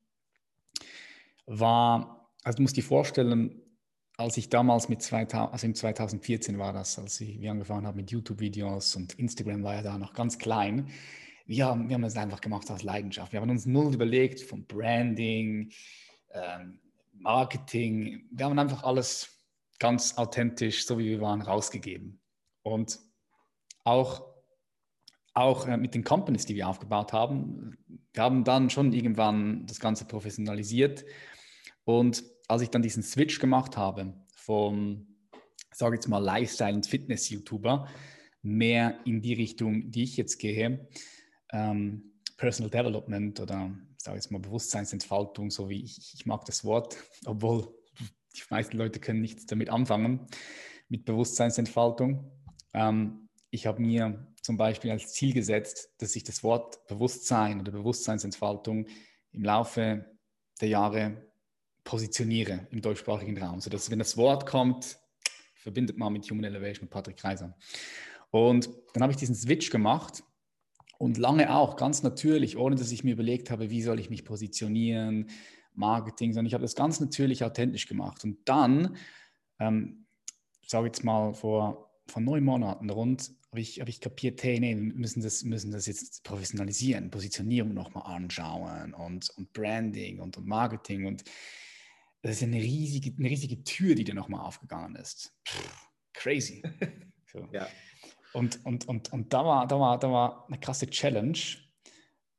war, also du musst dir vorstellen, als ich damals mit zweitausend, also im zweitausendvierzehn war das, als ich, wir angefangen haben mit YouTube-Videos und Instagram war ja da noch ganz klein. Wir haben, wir haben das einfach gemacht aus Leidenschaft. Wir haben uns null überlegt von Branding, ähm, Marketing. Wir haben einfach alles ganz authentisch, so wie wir waren, rausgegeben. Und auch, auch äh, mit den Companies, die wir aufgebaut haben, wir haben dann schon irgendwann das Ganze professionalisiert. Und als ich dann diesen Switch gemacht habe vom, sage jetzt mal, Lifestyle- und Fitness-YouTuber, mehr in die Richtung, die ich jetzt gehe, ähm, Personal Development oder, sage jetzt mal, Bewusstseinsentfaltung, so wie ich, ich mag das Wort, obwohl die meisten Leute können nichts damit anfangen, mit Bewusstseinsentfaltung. Ähm, ich habe mir zum Beispiel als Ziel gesetzt, dass ich das Wort Bewusstsein oder Bewusstseinsentfaltung im Laufe der Jahre positioniere im deutschsprachigen Raum, sodass, wenn das Wort kommt, verbindet man mit Human Elevation mit Patrick Kreiser. Und dann habe ich diesen Switch gemacht und lange auch ganz natürlich, ohne dass ich mir überlegt habe, wie soll ich mich positionieren, Marketing, sondern ich habe das ganz natürlich authentisch gemacht. Und dann, ähm, sage jetzt mal vor, vor neun Monaten rund, habe ich, hab ich kapiert, hey, nee, wir müssen das, müssen das jetzt professionalisieren, Positionierung nochmal anschauen und, und Branding und, und Marketing. Und das ist eine riesige, eine riesige Tür, die da nochmal aufgegangen ist. Pff, crazy. So. Ja. Und, und, und, und da war, da war, da war eine krasse Challenge,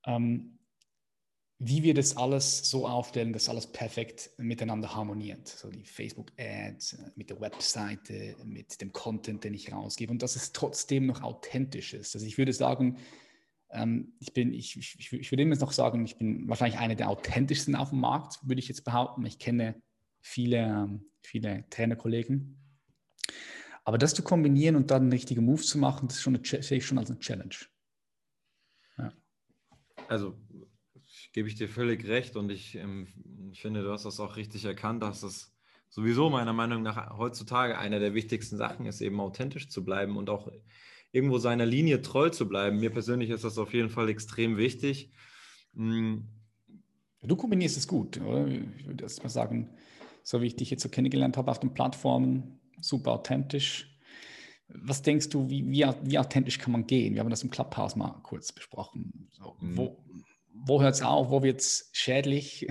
ähm, wie wir das alles so aufstellen, dass alles perfekt miteinander harmoniert. So die Facebook-Ads, mit der Webseite, mit dem Content, den ich rausgebe und dass es trotzdem noch authentisch ist. Also ich würde sagen, ähm, ich, bin, ich, ich, ich würde immer noch sagen, ich bin wahrscheinlich einer der authentischsten auf dem Markt, würde ich jetzt behaupten. Ich kenne viele, ähm, viele Trainerkollegen. Aber das zu kombinieren und dann einen richtigen Move zu machen, das ist schon eine, sehe ich schon als eine Challenge. Ja. Also gebe ich dir völlig recht und ich, ähm, ich finde, du hast das auch richtig erkannt, dass es sowieso meiner Meinung nach heutzutage eine der wichtigsten Sachen ist, eben authentisch zu bleiben und auch irgendwo seiner Linie treu zu bleiben. Mir persönlich ist das auf jeden Fall extrem wichtig. Du kombinierst es gut, oder? Ich würde erst mal sagen, so wie ich dich jetzt so kennengelernt habe auf den Plattformen, super authentisch. Was denkst du, wie, wie, wie authentisch kann man gehen? Wir haben das im Clubhouse mal kurz besprochen. So, Mhm. Wo, wo hört es auf? Wo wird es schädlich?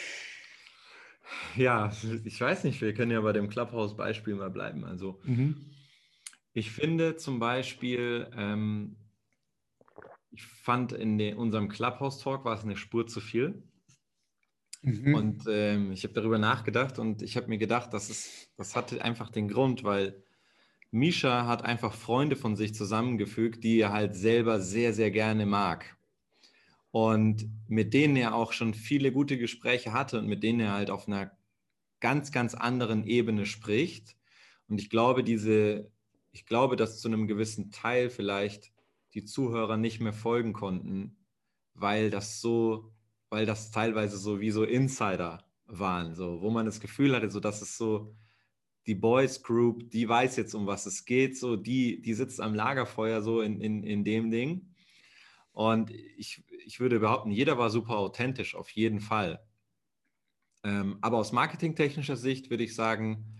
Ja, ich weiß nicht, wir können ja bei dem Clubhouse-Beispiel mal bleiben. Also Mhm. ich finde zum Beispiel, ähm, ich fand in den, unserem Clubhouse-Talk war es eine Spur zu viel. Mhm. Und ähm, ich habe darüber nachgedacht und ich habe mir gedacht, das ist, das hatte einfach den Grund, weil Misha hat einfach Freunde von sich zusammengefügt, die er halt selber sehr, sehr gerne mag. Und mit denen er auch schon viele gute Gespräche hatte und mit denen er halt auf einer ganz, ganz anderen Ebene spricht. Und ich glaube, diese, ich glaube, dass zu einem gewissen Teil vielleicht die Zuhörer nicht mehr folgen konnten, weil das so, weil das teilweise so wie so Insider waren, so, wo man das Gefühl hatte, so dass es so die Boys Group, die weiß jetzt, um was es geht, so die, die sitzt am Lagerfeuer so in, in, in dem Ding. Und ich, ich würde behaupten, jeder war super authentisch, auf jeden Fall. Ähm, aber aus marketingtechnischer Sicht würde ich sagen,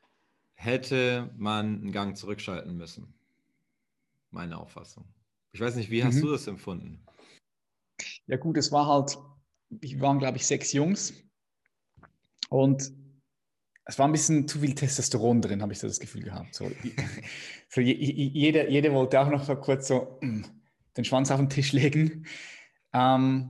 hätte man einen Gang zurückschalten müssen. Meine Auffassung. Ich weiß nicht, wie hast du Mhm. das empfunden? Ja gut, es war halt, wir waren glaube ich sechs Jungs und es war ein bisschen zu viel Testosteron drin, habe ich so das Gefühl gehabt. So, so je, jeder, jeder wollte auch noch so kurz so mm, den Schwanz auf den Tisch legen. Ähm,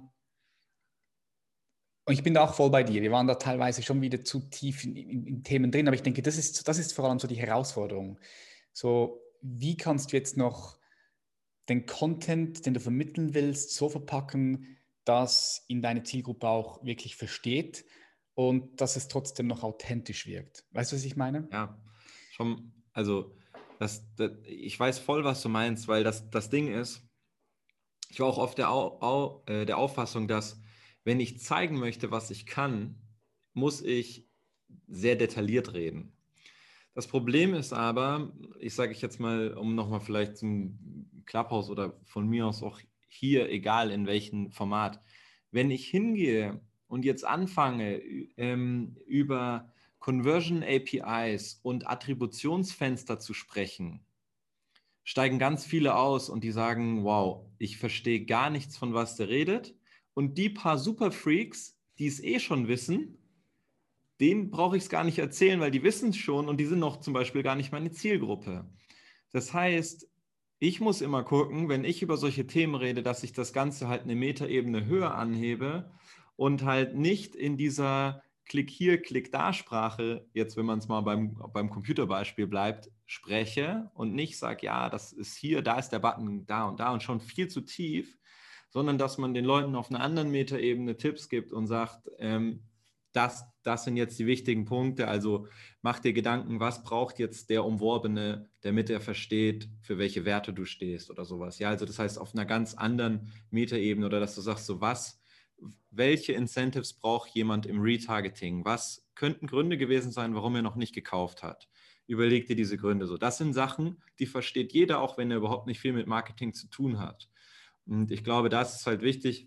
und ich bin da auch voll bei dir. Wir waren da teilweise schon wieder zu tief in, in, in Themen drin, aber ich denke, das ist, das ist vor allem so die Herausforderung. So, wie kannst du jetzt noch den Content, den du vermitteln willst, so verpacken, dass ihn deine Zielgruppe auch wirklich versteht und dass es trotzdem noch authentisch wirkt? Weißt du, was ich meine? Ja, schon, also das, das, ich weiß voll, was du meinst, weil das, das Ding ist, ich war auch oft der, Au, Au, äh, der Auffassung, dass wenn ich zeigen möchte, was ich kann, muss ich sehr detailliert reden. Das Problem ist aber, ich sage ich jetzt mal, um nochmal vielleicht zum Clubhouse oder von mir aus auch hier, egal in welchem Format, wenn ich hingehe und jetzt anfange, ähm, über Conversion A P Is und Attributionsfenster zu sprechen, steigen ganz viele aus und die sagen, wow, ich verstehe gar nichts, von was der redet. Und die paar Superfreaks, die es eh schon wissen, denen brauche ich es gar nicht erzählen, weil die wissen es schon und die sind noch zum Beispiel gar nicht meine Zielgruppe. Das heißt, ich muss immer gucken, wenn ich über solche Themen rede, dass ich das Ganze halt eine Metaebene höher anhebe und halt nicht in dieser Klick hier, Klick da Sprache, jetzt wenn man es mal beim, beim Computerbeispiel bleibt, spreche und nicht sage, ja, das ist hier, da ist der Button, da und da und schon viel zu tief, sondern dass man den Leuten auf einer anderen Metaebene Tipps gibt und sagt, ähm, das, das sind jetzt die wichtigen Punkte. Also mach dir Gedanken, was braucht jetzt der Umworbene, damit er versteht, für welche Werte du stehst oder sowas. Ja, also das heißt auf einer ganz anderen Metaebene oder dass du sagst, so was, welche Incentives braucht jemand im Retargeting? Was könnten Gründe gewesen sein, warum er noch nicht gekauft hat? Überleg dir diese Gründe so. Das sind Sachen, die versteht jeder, auch wenn er überhaupt nicht viel mit Marketing zu tun hat. Und ich glaube, das ist halt wichtig,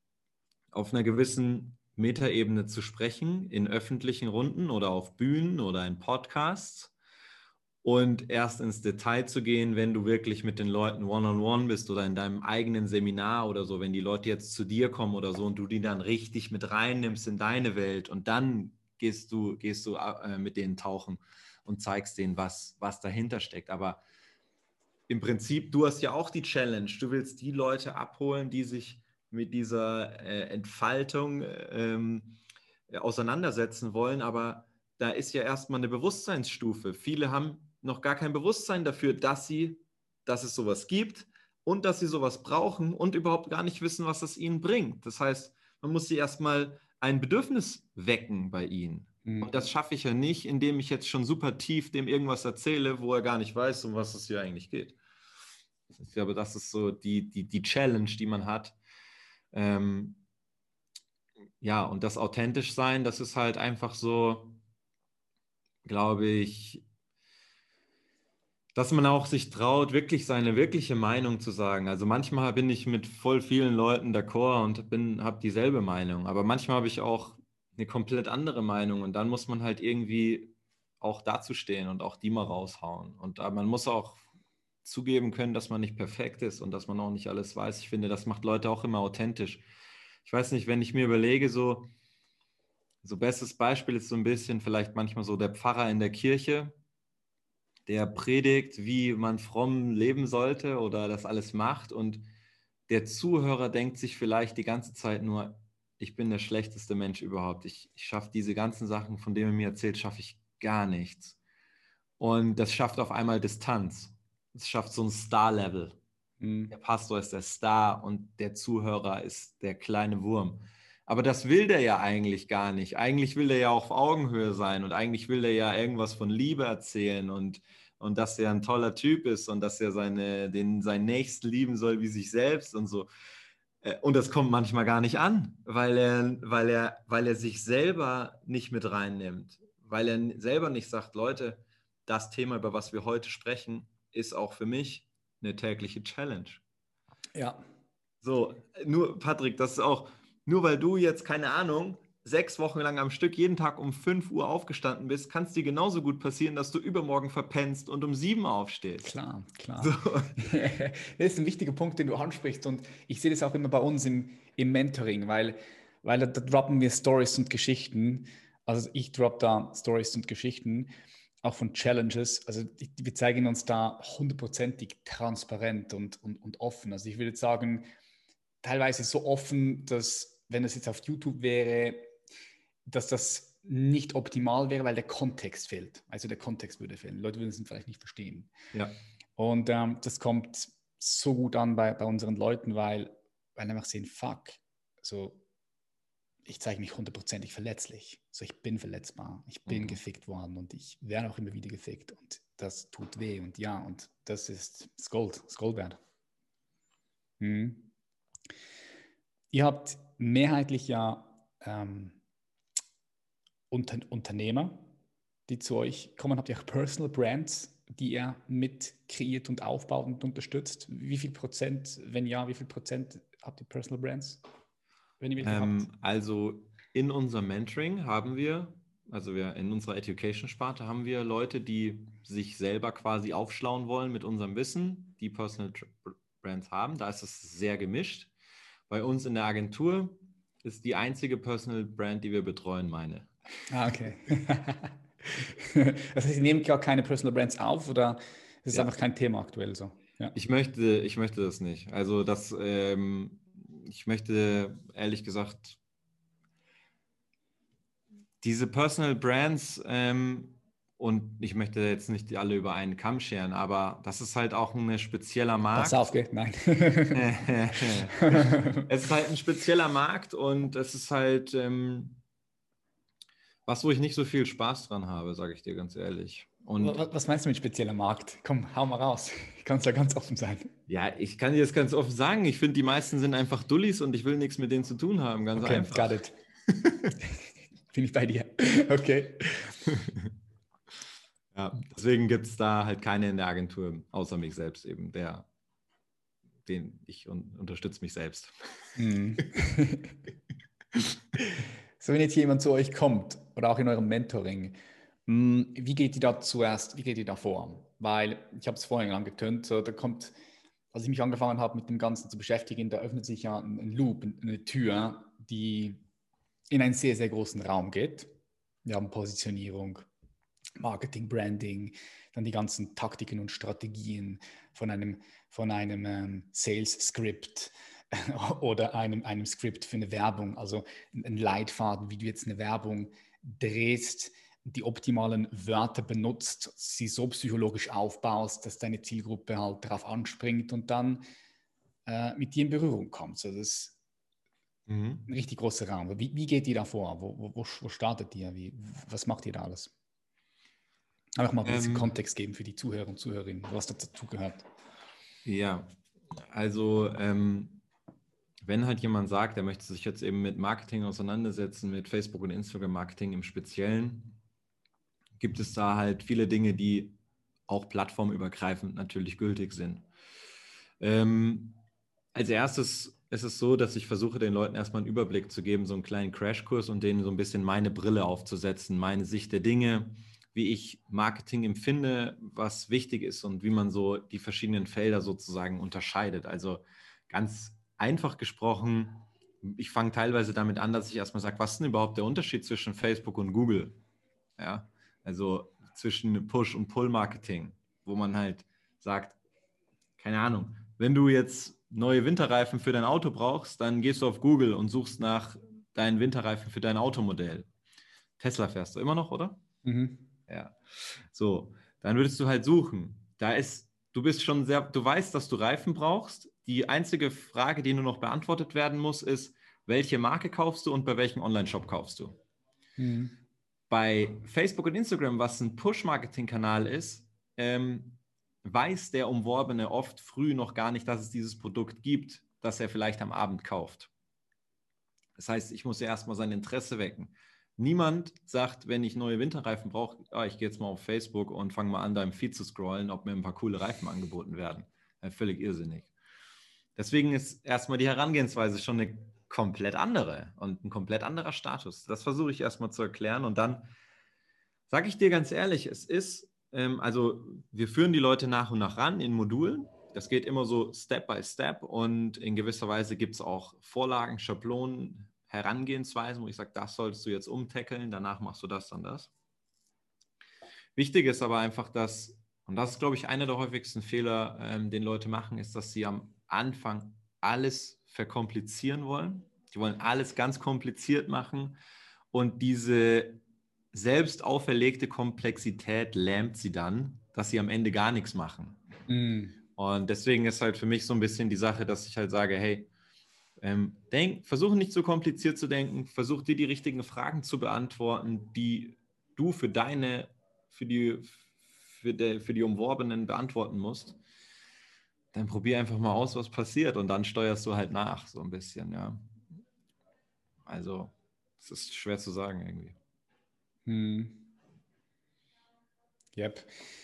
auf einer gewissen Metaebene zu sprechen, in öffentlichen Runden oder auf Bühnen oder in Podcasts und erst ins Detail zu gehen, wenn du wirklich mit den Leuten one-on-one bist oder in deinem eigenen Seminar oder so, wenn die Leute jetzt zu dir kommen oder so und du die dann richtig mit reinnimmst in deine Welt und dann gehst du, gehst du äh, mit denen tauchen und zeigst denen, was, was dahinter steckt. Aber im Prinzip, du hast ja auch die Challenge, du willst die Leute abholen, die sich mit dieser äh, Entfaltung ähm, auseinandersetzen wollen, aber da ist ja erstmal eine Bewusstseinsstufe. Viele haben noch gar kein Bewusstsein dafür, dass sie, dass es sowas gibt und dass sie sowas brauchen und überhaupt gar nicht wissen, was es ihnen bringt. Das heißt, man muss sie erstmal ein Bedürfnis wecken bei ihnen. Mhm. Und das schaffe ich ja nicht, indem ich jetzt schon super tief dem irgendwas erzähle, wo er gar nicht weiß, um was es hier eigentlich geht. Ich glaube, das ist so die, die, die Challenge, die man hat. Ähm, ja, und das authentisch sein, das ist halt einfach so, glaube ich, dass man auch sich traut, wirklich seine wirkliche Meinung zu sagen. Also manchmal bin ich mit voll vielen Leuten d'accord und bin, habe dieselbe Meinung, aber manchmal habe ich auch eine komplett andere Meinung und dann muss man halt irgendwie auch dazu stehen und auch die mal raushauen. Und aber man muss auch zugeben können, dass man nicht perfekt ist und dass man auch nicht alles weiß. Ich finde, das macht Leute auch immer authentisch. Ich weiß nicht, wenn ich mir überlege, so, so bestes Beispiel ist so ein bisschen vielleicht manchmal so der Pfarrer in der Kirche, der predigt, wie man fromm leben sollte oder das alles macht. Und der Zuhörer denkt sich vielleicht die ganze Zeit nur, ich bin der schlechteste Mensch überhaupt. Ich, ich schaffe diese ganzen Sachen, von denen er mir erzählt, schaffe ich gar nichts. Und das schafft auf einmal Distanz. Es schafft so ein Star-Level. Mhm. Der Pastor ist der Star und der Zuhörer ist der kleine Wurm. Aber das will der ja eigentlich gar nicht. Eigentlich will der ja auf Augenhöhe sein und eigentlich will der ja irgendwas von Liebe erzählen und, und dass er ein toller Typ ist und dass er seine, den, seinen Nächsten lieben soll wie sich selbst und so. Äh, Und das kommt manchmal gar nicht an, weil er, weil er, weil er sich selber nicht mit reinnimmt, weil er selber nicht sagt, Leute, das Thema, über was wir heute sprechen, ist auch für mich eine tägliche Challenge. Ja. So, nur, Patrick, das ist auch, nur weil du jetzt, keine Ahnung, sechs Wochen lang am Stück jeden Tag um fünf Uhr aufgestanden bist, kann es dir genauso gut passieren, dass du übermorgen verpennst und um sieben aufstehst. Klar, klar. So. Das ist ein wichtiger Punkt, den du ansprichst. Und ich sehe das auch immer bei uns im, im Mentoring, weil, weil da, da droppen wir Stories und Geschichten. Also ich drop da Stories und Geschichten, auch von Challenges. Also die, wir zeigen uns da hundertprozentig transparent und, und, und offen. Also ich würde jetzt sagen, teilweise so offen, dass, wenn das jetzt auf YouTube wäre, dass das nicht optimal wäre, weil der Kontext fehlt. Also der Kontext würde fehlen. Leute würden es vielleicht nicht verstehen. Ja. Und ähm, das kommt so gut an bei, bei unseren Leuten, weil, weil einfach sehen, fuck, so, ich zeige mich hundertprozentig verletzlich. So, ich bin verletzbar, ich bin Mhm. gefickt worden und ich werde auch immer wieder gefickt und das tut weh und ja, und das ist das Gold, das Gold wert. Mhm. Ihr habt mehrheitlich ja ähm, Unter Unternehmer, die zu euch kommen. Habt ihr auch Personal Brands, die ihr mit kreiert und aufbaut und unterstützt? Wie viel Prozent, wenn ja, wie viel Prozent habt ihr Personal Brands, wenn ihr welche Ähm, habt? also in unserem Mentoring haben wir, also wir in unserer Education-Sparte haben wir Leute, die sich selber quasi aufschlauen wollen mit unserem Wissen, die Personal Brands haben. Da ist es sehr gemischt. Bei uns in der Agentur ist die einzige Personal Brand, die wir betreuen, meine. Ah, okay. Das heißt, ihr nehmt gar keine Personal Brands auf oder ist es Ja. einfach kein Thema aktuell so? Ja. Ich möchte, ich möchte das nicht. Also das, ähm, ich möchte ehrlich gesagt diese Personal Brands, ähm, und ich möchte jetzt nicht die alle über einen Kamm scheren, aber das ist halt auch ein spezieller Pass Markt. auf, gell? Nein. Es ist halt ein spezieller Markt und es ist halt ähm, was, wo ich nicht so viel Spaß dran habe, sage ich dir ganz ehrlich. Und Was meinst du mit spezieller Markt? Komm, hau mal raus. Ich kann es ja ganz offen sein. ja, ich kann dir das ganz offen sagen, ich finde, die meisten sind einfach Dullis und ich will nichts mit denen zu tun haben, ganz Okay, einfach. got it. Bin ich bei dir. Okay. Ja, deswegen gibt es da halt keine in der Agentur, außer mich selbst eben, der, den ich un unterstütze mich selbst. Mm. So, wenn jetzt jemand zu euch kommt oder auch in eurem Mentoring, mm, wie geht ihr da zuerst, wie geht ihr da vor? Weil ich habe es vorhin angetönt, so, da kommt, als ich mich angefangen habe, mit dem Ganzen zu beschäftigen, da öffnet sich ja ein, ein Loop, eine Tür, die in einen sehr, sehr großen Raum geht. Wir haben Positionierung, Marketing, Branding, dann die ganzen Taktiken und Strategien von einem, von einem ähm, Sales-Skript, oder einem, einem Skript für eine Werbung, also ein Leitfaden, wie du jetzt eine Werbung drehst, die optimalen Wörter benutzt, sie so psychologisch aufbaust, dass deine Zielgruppe halt darauf anspringt und dann äh, mit dir in Berührung kommt. So, das ist Mhm. ein richtig großer Raum. Wie, wie geht ihr da vor? Wo, wo, wo startet ihr? Wie, was macht ihr da alles? Einfach mal ein bisschen Ähm, Kontext geben für die Zuhörer und Zuhörerinnen, was dazu gehört. ja, also ähm, wenn halt jemand sagt, er möchte sich jetzt eben mit Marketing auseinandersetzen, mit Facebook- und Instagram-Marketing im Speziellen, gibt es da halt viele Dinge, die auch plattformübergreifend natürlich gültig sind. Ähm, als erstes ist es so, dass ich versuche, den Leuten erstmal einen Überblick zu geben, so einen kleinen Crashkurs und denen so ein bisschen meine Brille aufzusetzen, meine Sicht der Dinge, wie ich Marketing empfinde, was wichtig ist und wie man so die verschiedenen Felder sozusagen unterscheidet. Also ganz einfach gesprochen, ich fange teilweise damit an, dass ich erstmal sage, was ist denn überhaupt der Unterschied zwischen Facebook und Google? Ja, also zwischen Push- und Pull-Marketing, wo man halt sagt, keine Ahnung, wenn du jetzt neue Winterreifen für dein Auto brauchst, dann gehst du auf Google und suchst nach deinen Winterreifen für dein Automodell. Tesla fährst du immer noch, oder? Mhm. Ja. So, dann würdest du halt suchen. Da ist, du bist schon sehr, du weißt, dass du Reifen brauchst. Die einzige Frage, die nur noch beantwortet werden muss, ist, welche Marke kaufst du und bei welchem Online-Shop kaufst du? Mhm. Bei Facebook und Instagram, was ein Push-Marketing-Kanal ist, ähm, weiß der Umworbene oft früh noch gar nicht, dass es dieses Produkt gibt, das er vielleicht am Abend kauft. Das heißt, ich muss ja erstmal sein Interesse wecken. Niemand sagt, wenn ich neue Winterreifen brauche, ah, ich gehe jetzt mal auf Facebook und fange mal an, da im Feed zu scrollen, ob mir ein paar coole Reifen angeboten werden. Ja, völlig irrsinnig. Deswegen ist erstmal die Herangehensweise schon eine komplett andere und ein komplett anderer Status. Das versuche ich erstmal zu erklären und dann sage ich dir ganz ehrlich, es ist, ähm, also wir führen die Leute nach und nach ran in Modulen. Das geht immer so Step by Step und in gewisser Weise gibt es auch Vorlagen, Schablonen, Herangehensweisen, wo ich sage, das solltest du jetzt umtackeln, danach machst du das, dann das. Wichtig ist aber einfach, dass, und das ist, glaube ich, einer der häufigsten Fehler, ähm, den Leute machen, ist, dass sie am Anfang alles verkomplizieren wollen. Die wollen alles ganz kompliziert machen und diese selbst auferlegte Komplexität lähmt sie dann, dass sie am Ende gar nichts machen. Mhm. Und deswegen ist halt für mich so ein bisschen die Sache, dass ich halt sage, hey, ähm, denk, versuche nicht so kompliziert zu denken, versuch dir die richtigen Fragen zu beantworten, die du für deine, für die, für die, für die Umworbenen beantworten musst. Dann probier einfach mal aus, was passiert und dann steuerst du halt nach, so ein bisschen, ja. Also, es ist schwer zu sagen irgendwie. Mhm. Yep.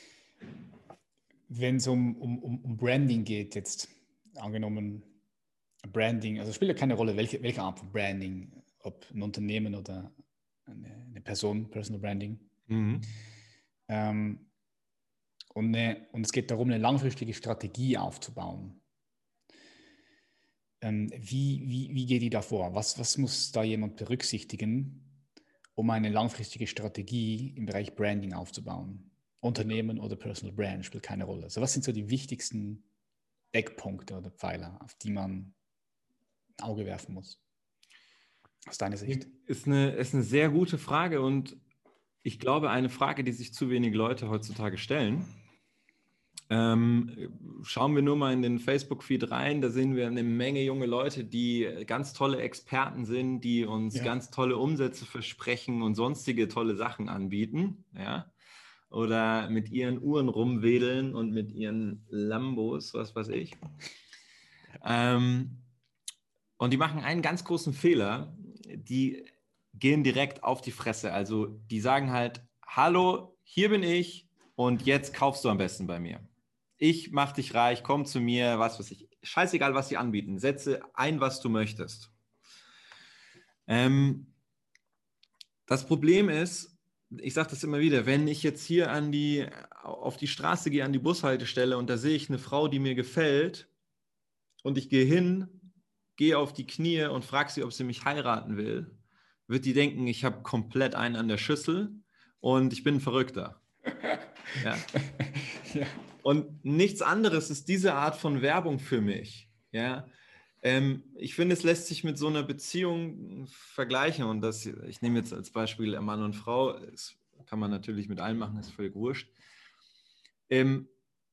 Wenn es um, um, um, um Branding geht, jetzt angenommen Branding, also spielt ja keine Rolle, welche, welche Art von Branding, ob ein Unternehmen oder eine, eine Person, Personal Branding. Mhm. Ähm, und, eine, und es geht darum, eine langfristige Strategie aufzubauen. Ähm, wie, wie, wie geht die da vor? Was, was muss da jemand berücksichtigen, um eine langfristige Strategie im Bereich Branding aufzubauen? Unternehmen oder Personal Brand spielt keine Rolle. Also was sind so die wichtigsten Eckpunkte oder Pfeiler, auf die man ein Auge werfen muss? Aus deiner Sicht. Ist eine, ist eine sehr gute Frage und ich glaube, eine Frage, die sich zu wenige Leute heutzutage stellen. Ähm, schauen wir nur mal in den Facebook-Feed rein, da sehen wir eine Menge junge Leute, die ganz tolle Experten sind, die uns Ja. ganz tolle Umsätze versprechen und sonstige tolle Sachen anbieten, ja. Oder mit ihren Uhren rumwedeln und mit ihren Lambos, was weiß ich. Ähm, und die machen einen ganz großen Fehler, die gehen direkt auf die Fresse. Also die sagen halt, hallo, hier bin ich und jetzt kaufst du am besten bei mir. Ich mach dich reich, komm zu mir, was weiß ich. Scheißegal, was sie anbieten. Setze ein, was du möchtest. Ähm, das Problem ist, ich sage das immer wieder, wenn ich jetzt hier an die, auf die Straße gehe, an die Bushaltestelle und da sehe ich eine Frau, die mir gefällt und ich gehe hin, gehe auf die Knie und frage sie, ob sie mich heiraten will, wird die denken, ich habe komplett einen an der Schüssel und ich bin ein Verrückter. Ja. Ja. Und nichts anderes ist diese Art von Werbung für mich. Ja. Ähm, ich finde, es lässt sich mit so einer Beziehung vergleichen. Und das, ich nehme jetzt als Beispiel Mann und Frau, das kann man natürlich mit allen machen, ist völlig wurscht. Ähm,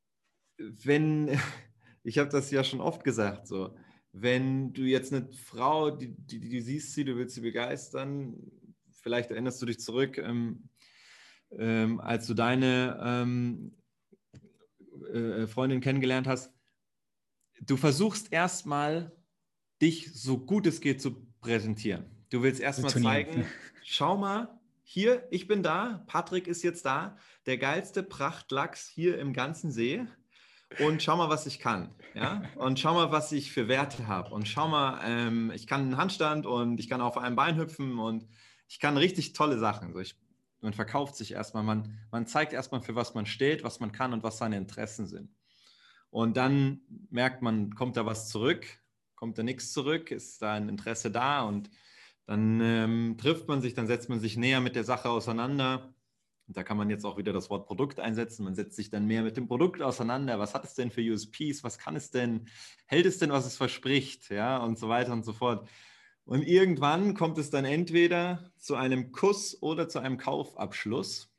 wenn, ich habe das ja schon oft gesagt, so, wenn du jetzt eine Frau, die, die, die siehst sie, du willst sie begeistern, vielleicht erinnerst du dich zurück, ähm, ähm, als du deine ähm, äh, Freundin kennengelernt hast, du versuchst erstmal, dich so gut es geht zu präsentieren. Du willst erstmal Positionieren. zeigen, schau mal, hier, ich bin da, Patrick ist jetzt da, der geilste Prachtlachs hier im ganzen See. Und schau mal, was ich kann. Ja? Und schau mal, was ich für Werte habe. Und schau mal, ähm, ich kann einen Handstand und ich kann auf einem Bein hüpfen und ich kann richtig tolle Sachen. So, ich, man verkauft sich erstmal, man, man zeigt erstmal, für was man steht, was man kann und was seine Interessen sind. Und dann merkt man, kommt da was zurück, kommt da nichts zurück, ist da ein Interesse da und dann ähm, trifft man sich, dann setzt man sich näher mit der Sache auseinander. Und da kann man jetzt auch wieder das Wort Produkt einsetzen. Man setzt sich dann mehr mit dem Produkt auseinander. Was hat es denn für U S Ps? Was kann es denn? Hält es denn, was es verspricht? Ja, und so weiter und so fort. Und irgendwann kommt es dann entweder zu einem Kuss oder zu einem Kaufabschluss.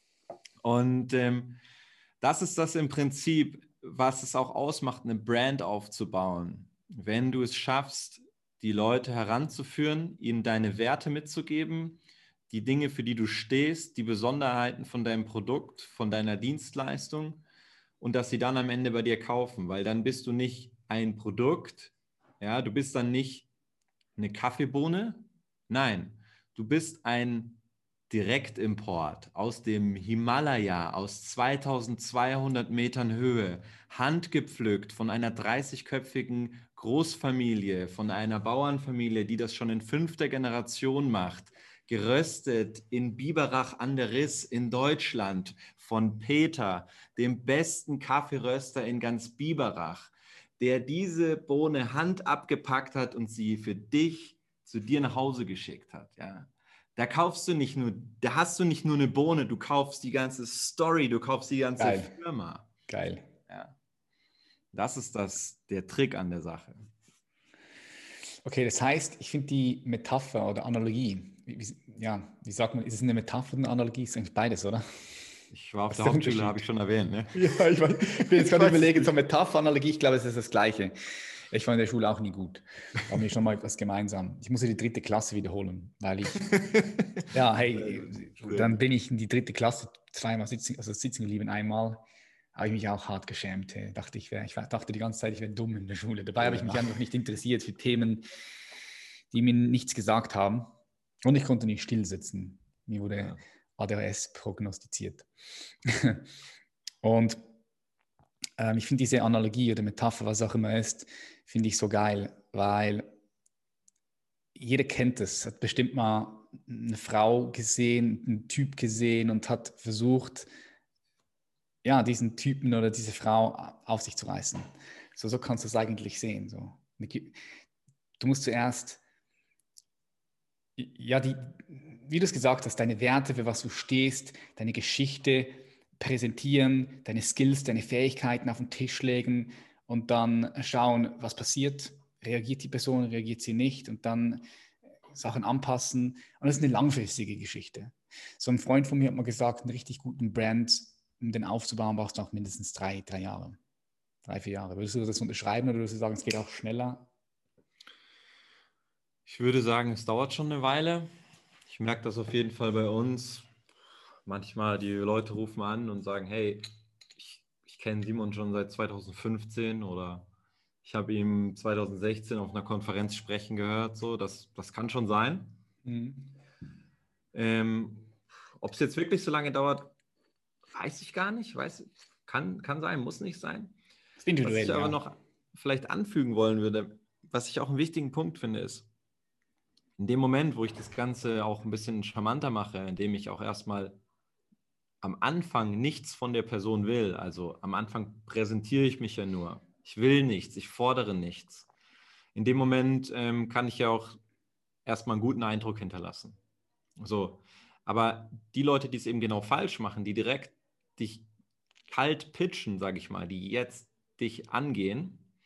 Und ähm, das ist das im Prinzip, was es auch ausmacht, eine Brand aufzubauen. Wenn du es schaffst, die Leute heranzuführen, ihnen deine Werte mitzugeben, die Dinge, für die du stehst, die Besonderheiten von deinem Produkt, von deiner Dienstleistung und dass sie dann am Ende bei dir kaufen, weil dann bist du nicht ein Produkt, ja, du bist dann nicht eine Kaffeebohne, nein, du bist ein Direktimport aus dem Himalaya, aus zweitausendzweihundert Metern Höhe, handgepflückt von einer dreißigköpfigen Großfamilie, von einer Bauernfamilie, die das schon in fünfter Generation macht, geröstet in Biberach an der Riss in Deutschland von Peter, dem besten Kaffeeröster in ganz Biberach, der diese Bohne Hand abgepackt hat und sie für dich zu dir nach Hause geschickt hat, ja. Da kaufst du nicht nur, da hast du nicht nur eine Bohne, du kaufst die ganze Story, du kaufst die ganze Geil. Firma. Geil. Ja. Das ist das, der Trick an der Sache. Okay, das heißt, ich finde die Metapher oder Analogie, wie, wie, ja, wie sagt man, ist es eine Metapher oder eine Analogie? Ist eigentlich beides, oder? Ich war auf Was der ist der Hauptschule, habe Unterschied? ich schon erwähnt. Ne? Ja, ich, weiß, ich bin jetzt Ich gerade weiß überlegen, nicht. zur Metapher, Analogie, ich glaube, es ist das Gleiche. Ich war in der Schule auch nie gut. Da haben wir schon mal etwas gemeinsam. Ich muss ja die dritte Klasse wiederholen, weil ich, ja, Sehr hey, gut, sehr dann gut. bin ich in die dritte Klasse zweimal sitzen, also sitzen geblieben, einmal. Habe ich mich auch hart geschämt. Hey. Dachte ich, wär, ich dachte die ganze Zeit, ich wäre dumm in der Schule. Dabei habe ich mich Ja. einfach nicht interessiert für Themen, die mir nichts gesagt haben. Und ich konnte nicht still sitzen. Mir wurde Ja. A D H S prognostiziert. Und ähm, ich finde diese Analogie oder Metapher, was auch immer ist, finde ich so geil, weil jeder kennt es, hat bestimmt mal eine Frau gesehen, einen Typ gesehen und hat versucht, ja, diesen Typen oder diese Frau auf sich zu reißen. So, so kannst du es eigentlich sehen. So. Du musst zuerst, ja, die, wie du es gesagt hast, deine Werte, für was du stehst, deine Geschichte präsentieren, deine Skills, deine Fähigkeiten auf den Tisch legen und dann schauen, was passiert. Reagiert die Person, reagiert sie nicht und dann Sachen anpassen. Und das ist eine langfristige Geschichte. So ein Freund von mir hat mal gesagt, einen richtig guten Brand, um den aufzubauen, brauchst du auch mindestens drei, drei Jahre. Drei, vier Jahre. Würdest du das unterschreiben oder würdest du sagen, es geht auch schneller? Ich würde sagen, es dauert schon eine Weile. Ich merke das auf jeden Fall bei uns. Manchmal die Leute rufen an und sagen, hey, ich, ich kenne Simon schon seit zweitausendfünfzehn oder ich habe ihn zweitausendsechzehn auf einer Konferenz sprechen gehört. So, das, das kann schon sein. Mhm. Ähm, ob es jetzt wirklich so lange dauert, weiß ich gar nicht. Weiß, kann, kann sein, muss nicht sein. Das ist Was individuell, ich aber ja. noch vielleicht anfügen wollen würde, was ich auch einen wichtigen Punkt finde, ist, in dem Moment, wo ich das Ganze auch ein bisschen charmanter mache, indem ich auch erstmal am Anfang nichts von der Person will, also am Anfang präsentiere ich mich ja nur, ich will nichts, ich fordere nichts. In dem Moment ähm, kann ich ja auch erstmal einen guten Eindruck hinterlassen. So, aber die Leute, die es eben genau falsch machen, die direkt dich kalt pitchen, sage ich mal, die jetzt dich angehen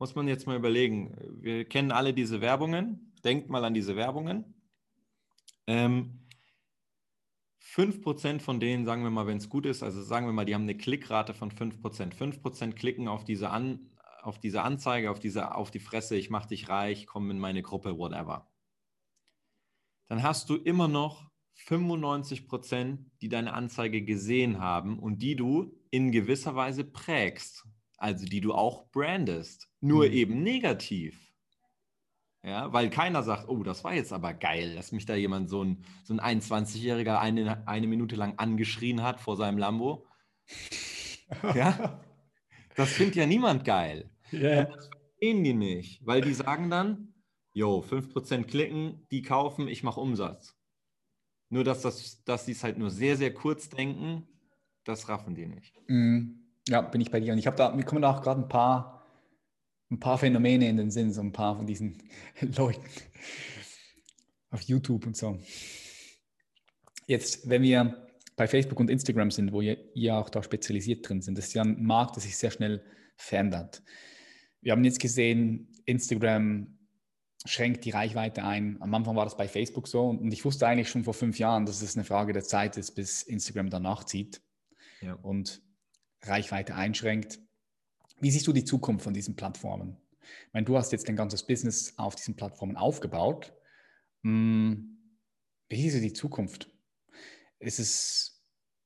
muss man jetzt mal überlegen. Wir kennen alle diese Werbungen. Denkt mal an diese Werbungen. Ähm, fünf Prozent von denen, sagen wir mal, wenn es gut ist, also sagen wir mal, die haben eine Klickrate von fünf Prozent. fünf Prozent klicken auf diese, an, auf diese Anzeige, auf, diese, auf die Fresse, ich mach dich reich, komm in meine Gruppe, whatever. Dann hast du immer noch fünfundneunzig Prozent, die deine Anzeige gesehen haben und die du in gewisser Weise prägst, also die du auch brandest, nur mhm. eben negativ. Ja, weil keiner sagt, oh, das war jetzt aber geil, dass mich da jemand, so ein, so ein einundzwanzigjähriger eine, eine Minute lang angeschrien hat vor seinem Lambo. Ja, das findet ja niemand geil. Yeah. Und das verstehen die nicht, weil die sagen dann, jo, fünf Prozent klicken, die kaufen, ich mache Umsatz. Nur, dass, das, dass die es halt nur sehr, sehr kurz denken, das raffen die nicht. Ja, bin ich bei dir. Und ich habe da, mir kommen da auch gerade ein paar ein paar Phänomene in den Sinn, so ein paar von diesen Leuten auf YouTube und so. Jetzt, wenn wir bei Facebook und Instagram sind, wo ihr, ihr auch da spezialisiert drin sind, das ist ja ein Markt, der sich sehr schnell verändert. Wir haben jetzt gesehen, Instagram schränkt die Reichweite ein. Am Anfang war das bei Facebook so und ich wusste eigentlich schon vor fünf Jahren, dass es eine Frage der Zeit ist, bis Instagram danach zieht ja. und Reichweite einschränkt. Wie siehst du die Zukunft von diesen Plattformen? Ich meine, du hast jetzt dein ganzes Business auf diesen Plattformen aufgebaut. Wie siehst du die Zukunft? Ist es,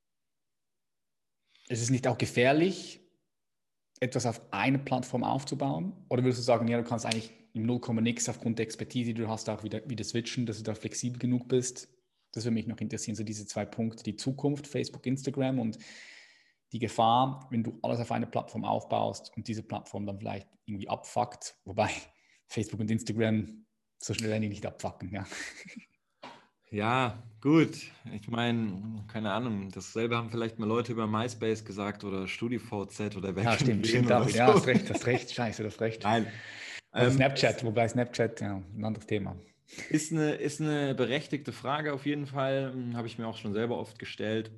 ist es nicht auch gefährlich, etwas auf eine Plattform aufzubauen? Oder würdest du sagen, ja, du kannst eigentlich im null Komma nix aufgrund der Expertise, die du hast, auch wieder, wieder switchen, dass du da flexibel genug bist? Das würde mich noch interessieren, so diese zwei Punkte, die Zukunft, Facebook, Instagram und die Gefahr, wenn du alles auf eine Plattform aufbaust und diese Plattform dann vielleicht irgendwie abfuckt, wobei Facebook und Instagram so schnell eigentlich nicht abfucken, ja. Ja, gut. Ich meine, keine Ahnung, dasselbe haben vielleicht mal Leute über MySpace gesagt oder StudiVZ oder wer Ja, stimmt, stimmt auch. So. Ja, hast recht, hast recht, scheiße, hast recht. Nein. Also ähm, Snapchat, wobei Snapchat, ja, ein anderes Thema. Ist eine, ist eine berechtigte Frage auf jeden Fall, habe ich mir auch schon selber oft gestellt.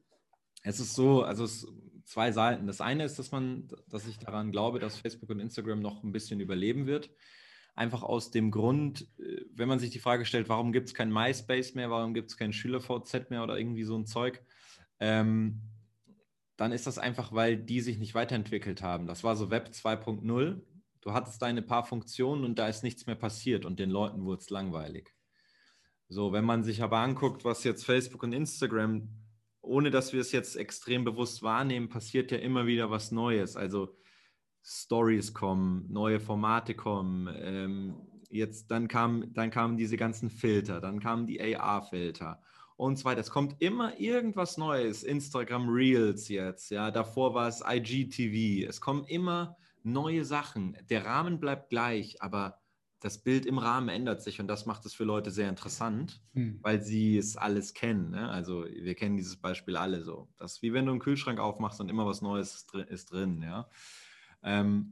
Es ist so, also es zwei Seiten. Das eine ist, dass man, dass ich daran glaube, dass Facebook und Instagram noch ein bisschen überleben wird. Einfach aus dem Grund, wenn man sich die Frage stellt, warum gibt es kein MySpace mehr, warum gibt es kein SchülerVZ mehr oder irgendwie so ein Zeug, ähm, dann ist das einfach, weil die sich nicht weiterentwickelt haben. Das war so Web zwei Punkt null. Du hattest deine paar Funktionen und da ist nichts mehr passiert und den Leuten wurde es langweilig. So, wenn man sich aber anguckt, was jetzt Facebook und Instagram, ohne dass wir es jetzt extrem bewusst wahrnehmen, passiert ja immer wieder was Neues. Also Stories kommen, neue Formate kommen, ähm, jetzt dann kamen dann kamen diese ganzen Filter, dann kamen die A R-Filter und so weiter. Es kommt immer irgendwas Neues, Instagram Reels jetzt, ja, davor war es I G T V, es kommen immer neue Sachen. Der Rahmen bleibt gleich, aber das Bild im Rahmen ändert sich und das macht es für Leute sehr interessant, hm. weil sie es alles kennen. Ne? Also wir kennen dieses Beispiel alle so. Das ist wie wenn du einen Kühlschrank aufmachst und immer was Neues ist drin, ist drin ja. Ähm,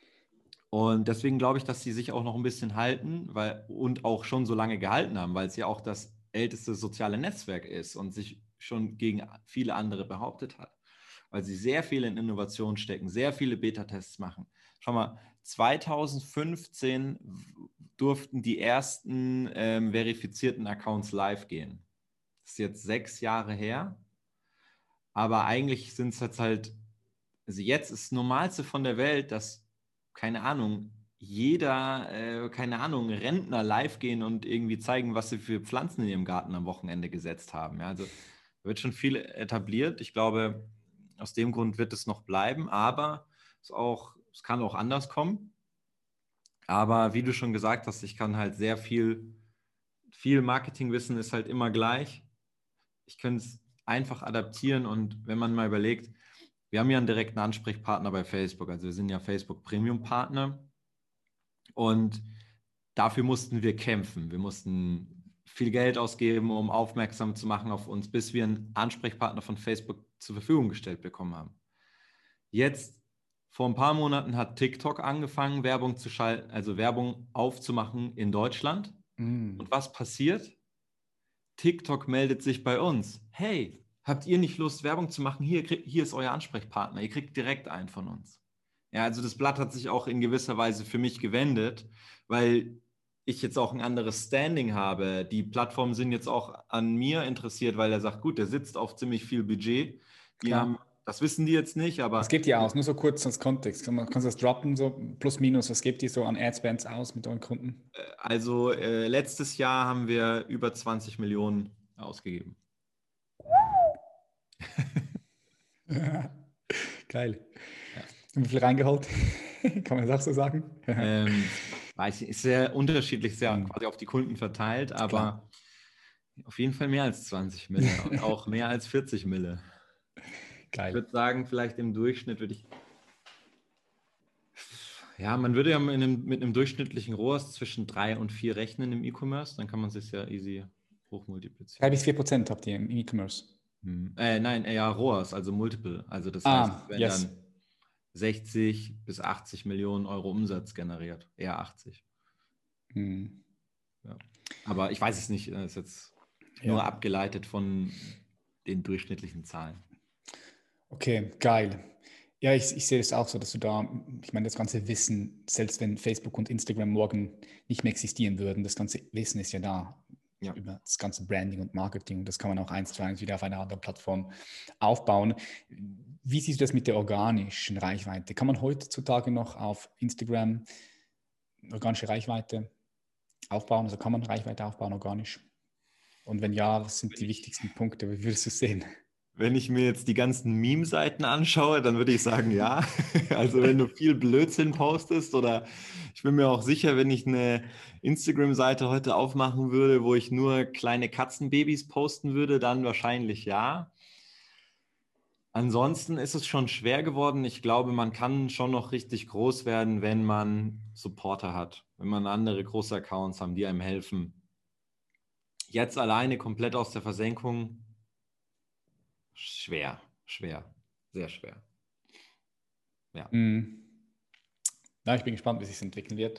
und deswegen glaube ich, dass sie sich auch noch ein bisschen halten weil, und auch schon so lange gehalten haben, weil es ja auch das älteste soziale Netzwerk ist und sich schon gegen viele andere behauptet hat. Weil sie sehr viel in Innovation stecken, sehr viele Beta-Tests machen. Schau mal, zweitausendfünfzehn durften die ersten ähm, verifizierten Accounts live gehen. Das ist jetzt sechs Jahre her. Aber eigentlich sind es jetzt halt, also jetzt ist das Normalste von der Welt, dass, keine Ahnung, jeder, äh, keine Ahnung, Rentner live gehen und irgendwie zeigen, was sie für Pflanzen in ihrem Garten am Wochenende gesetzt haben. Ja, also da wird schon viel etabliert. Ich glaube, aus dem Grund wird es noch bleiben, aber es, auch, es kann auch anders kommen. Aber wie du schon gesagt hast, ich kann halt sehr viel, viel Marketingwissen ist halt immer gleich. Ich könnte es einfach adaptieren und wenn man mal überlegt, wir haben ja einen direkten Ansprechpartner bei Facebook, also wir sind ja Facebook Premium Partner und dafür mussten wir kämpfen. Wir mussten viel Geld ausgeben, um aufmerksam zu machen auf uns, bis wir einen Ansprechpartner von Facebook zur Verfügung gestellt bekommen haben. Jetzt, vor ein paar Monaten hat TikTok angefangen, Werbung zu schalten, also Werbung aufzumachen in Deutschland. Mm. Und was passiert? TikTok meldet sich bei uns. Hey, habt ihr nicht Lust, Werbung zu machen? Hier, hier ist euer Ansprechpartner. Ihr kriegt direkt einen von uns. Ja, also das Blatt hat sich auch in gewisser Weise für mich gewendet, weil ich jetzt auch ein anderes Standing habe. Die Plattformen sind jetzt auch an mir interessiert, weil er sagt, gut, der sitzt auf ziemlich viel Budget. Die Klar. haben, das wissen die jetzt nicht, Was aber gebt ihr aus? Nur so kurz als Kontext. Kann man- Kannst du das droppen, so plus minus? Was gebt ihr so an Adspends aus mit euren Kunden? äh, also äh, letztes Jahr haben wir über zwanzig Millionen ausgegeben. Geil. Ja. Und wie viel reingeholt? Kann man das auch so sagen? Ähm, weiß ich, ist sehr unterschiedlich, sehr Hm, quasi auf die Kunden verteilt, klar. aber auf jeden Fall mehr als zwanzig Mille und auch mehr als vierzig Mille. Ich Geil. würde sagen, vielleicht im Durchschnitt würde ich, ja, man würde ja mit einem, mit einem durchschnittlichen R O A S zwischen drei und vier rechnen im E-Commerce, dann kann man es ja easy Drei hochmultiplizieren. bis vier Prozent habt ihr im E-Commerce. Hm. Äh, nein, äh, ja, R O A S, also Multiple. Also das heißt, Ah, wenn yes. dann sechzig bis achtzig Millionen Euro Umsatz generiert, eher achtzig. Hm. Ja. Aber ich weiß es nicht, das ist jetzt Ja. nur abgeleitet von den durchschnittlichen Zahlen. Okay, geil. Ja, ich, ich sehe es auch so, dass du da, ich meine, das ganze Wissen, selbst wenn Facebook und Instagram morgen nicht mehr existieren würden, das ganze Wissen ist ja da Ja. über das ganze Branding und Marketing. Das kann man auch eins zu eins wieder auf einer anderen Plattform aufbauen. Wie siehst du das mit der organischen Reichweite? Kann man heutzutage noch auf Instagram organische Reichweite aufbauen? Also kann man Reichweite aufbauen organisch? Und wenn ja, was sind die wichtigsten Punkte? Wie würdest du es sehen? Wenn ich mir jetzt die ganzen Meme-Seiten anschaue, dann würde ich sagen, ja. Also wenn du viel Blödsinn postest oder ich bin mir auch sicher, wenn ich eine Instagram-Seite heute aufmachen würde, wo ich nur kleine Katzenbabys posten würde, dann wahrscheinlich ja. Ansonsten ist es schon schwer geworden. Ich glaube, man kann schon noch richtig groß werden, wenn man Supporter hat, wenn man andere große Accounts haben, die einem helfen. Jetzt alleine komplett aus der Versenkung, schwer, schwer, sehr schwer. Ja. Hm. Ja, ich bin gespannt, wie sich entwickeln wird.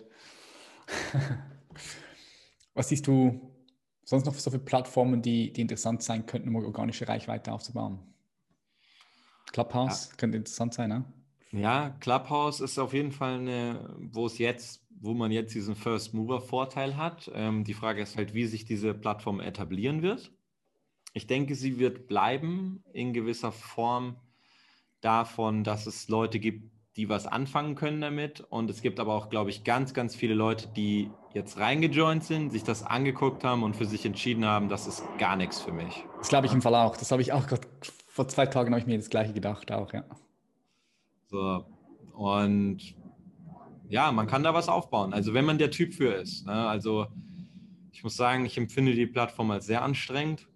Was siehst du sonst noch für so viele Plattformen, die, die interessant sein könnten, um organische Reichweite aufzubauen? Clubhouse Ja. könnte interessant sein, ne? Ja, Clubhouse ist auf jeden Fall eine, wo es jetzt, wo man jetzt diesen First Mover Vorteil hat. Ähm, die Frage ist halt, wie sich diese Plattform etablieren wird. Ich denke, sie wird bleiben in gewisser Form davon, dass es Leute gibt, die was anfangen können damit. Und es gibt aber auch, glaube ich, ganz, ganz viele Leute, die jetzt reingejoint sind, sich das angeguckt haben und für sich entschieden haben, das ist gar nichts für mich. Das glaube ich im Fall auch. Das habe ich auch gerade vor zwei Tagen habe ich mir das Gleiche gedacht, auch, ja. So. Und ja, man kann da was aufbauen. Also wenn man der Typ für ist. Ne? Also ich muss sagen, ich empfinde die Plattform als sehr anstrengend.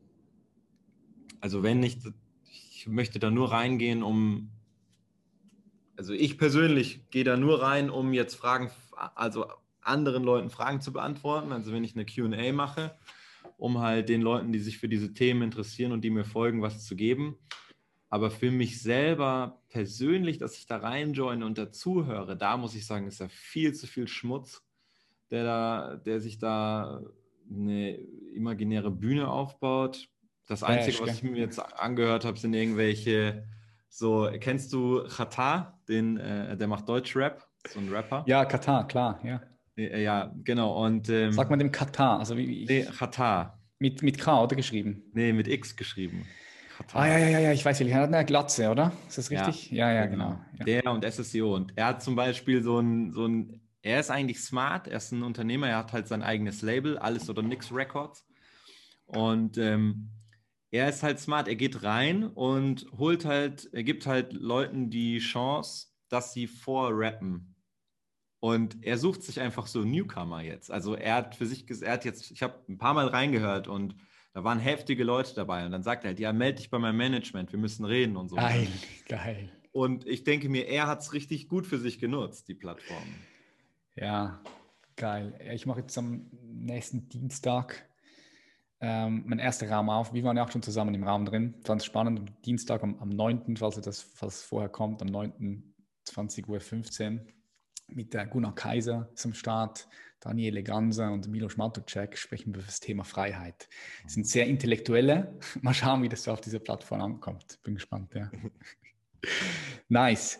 Also wenn nicht, ich möchte da nur reingehen, um, also ich persönlich gehe da nur rein, um jetzt Fragen, also anderen Leuten Fragen zu beantworten. Also wenn ich eine Q und A mache, um halt den Leuten, die sich für diese Themen interessieren und die mir folgen, was zu geben. Aber für mich selber persönlich, dass ich da reinjoine und dazuhöre, da muss ich sagen, ist ja viel zu viel Schmutz, der, da, der sich da eine imaginäre Bühne aufbaut. Das Einzige, Trash, was gell? ich mir jetzt angehört habe, sind irgendwelche, so, kennst du Xatar, den, äh, der macht Deutschrap, so ein Rapper? Ja, Katar, klar, ja. Äh, Ja, genau. Und Sagt ähm, man dem Katar, also wie nee, ich, Xatar. mit, mit K, oder geschrieben? Nee, mit X geschrieben. Ah, ja, Xatar. ja, ja, ja, ich weiß, er hat eine Glatze, oder? Ist das Ja, richtig? Ja, ja, genau. genau. Ja. Der und S S E O. Und er hat zum Beispiel so ein, so ein, er ist eigentlich smart, er ist ein Unternehmer, er hat halt sein eigenes Label, Alles oder Nix Records. Und ähm, er ist halt smart, er geht rein und holt halt, er gibt halt Leuten die Chance, dass sie vorrappen. Und er sucht sich einfach so Newcomer jetzt. Also er hat für sich, er hat jetzt, ich habe ein paar Mal reingehört und da waren heftige Leute dabei. Und dann sagt er halt, ja, melde dich bei meinem Management, wir müssen reden und so. Und Geil, dann geil. und ich denke mir, er hat es richtig gut für sich genutzt, die Plattform. Ja, geil. Ja, ich mache jetzt am nächsten Dienstag ähm, mein erster Raum auf. Wir waren ja auch schon zusammen im Raum drin. Fand es spannend. Am Dienstag am, am neunten, falls es das, falls es vorher kommt, am neunten zwanzig Uhr fünfzehn mit der Gunnar Kaiser zum Start, Daniele Ganser und Milos Matocek sprechen wir über das Thema Freiheit. Das sind sehr intellektuelle. Mal schauen, wie das so auf dieser Plattform ankommt. Bin gespannt, ja. Nice.